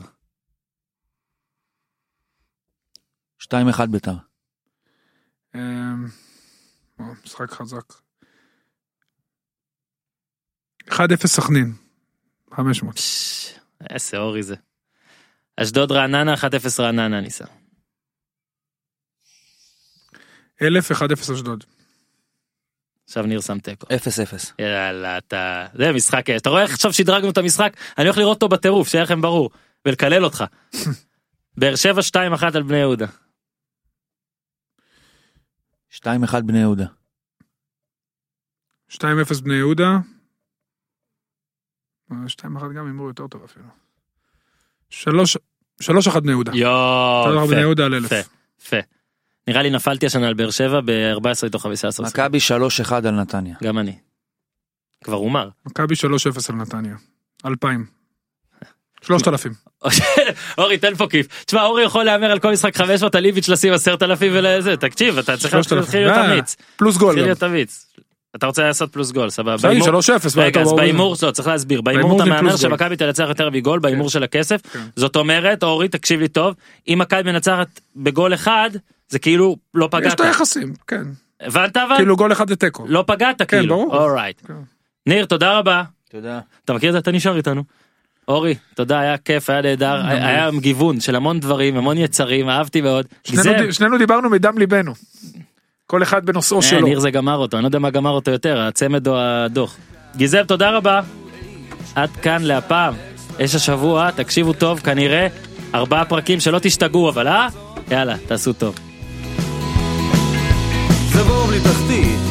2-1 ביתר. משחק חזק. 1-0 סכנין. 500. איזה אורי זה. אשדוד רעננה, 1-0 רעננה ניסה. 1,000, 1-0 אשדוד. עכשיו ניר שם תיקו. 0-0. יאללה, זה משחק, אתה רואה איך עכשיו שדרגנו את המשחק? אני הולך לראות אותו בטירוף, שיהיה לכם ברור, ולקלל אותך. באר שבע 2-1 על בני יהודה. 2-1 בני יהודה. 2-0 בני יהודה. 2-1 גם אמרו יותר טוב אפילו. 3-1 בני יהודה. 3-1 בני יהודה על 1,000. יפה. נראה לי נפלתי השנה על באר שבע ב-14 מתוך 15. מכבי 3-1 על נתניה. גם אני. כבר אומר. מכבי 3-0 על נתניה. 2,000. 3,000. אורי, תן פה כיף. תשמע, אורי יכול להאמר על כל משחק 500, על איביץ' לשים 10,000 ולזה. תקשיב, אתה צריך להתחיל להיות אמיץ. פלוס גול. להתחיל להיות אמיץ. אתה רוצה לעשות פלוס גול, סבבה. בסדר, 3-0. רגע, אז באימור, צריך להסביר, באימור אתה מאמר שמכבי תנצח יותר מגול, באימור של הכסף, זאת אומרת, אורי, תקשיב לי טוב, אם מכבי מנצחת בגול אחד, זה כאילו לא פגעת. יש את היחסים, כן. הבנת אבל? כאילו גול אחד לתיקו. לא פגעת כאילו. כן, ברור. אורייט. ניר, תודה רבה. תודה. אתה מכיר את זה? אתה נשאר איתנו. אורי, תודה, היה כיף, היה נהדר, היה גיוון של המון דברים, המון יצרים, אהבתי מאוד. שנינו דיברנו מדם ליבנו. כל אחד בנושאו שלו. ניר זה גמר אותו, אני לא יודע מה גמר אותו יותר, הצמד או הדוח. גיזל, תודה רבה. עד כאן להפעם. יש השבוע, תקשיבו טוב, כנראה 4 פרקים שלא תשתגעו, אבל יאללה, תעשו טוב. זה בור בלי תחתית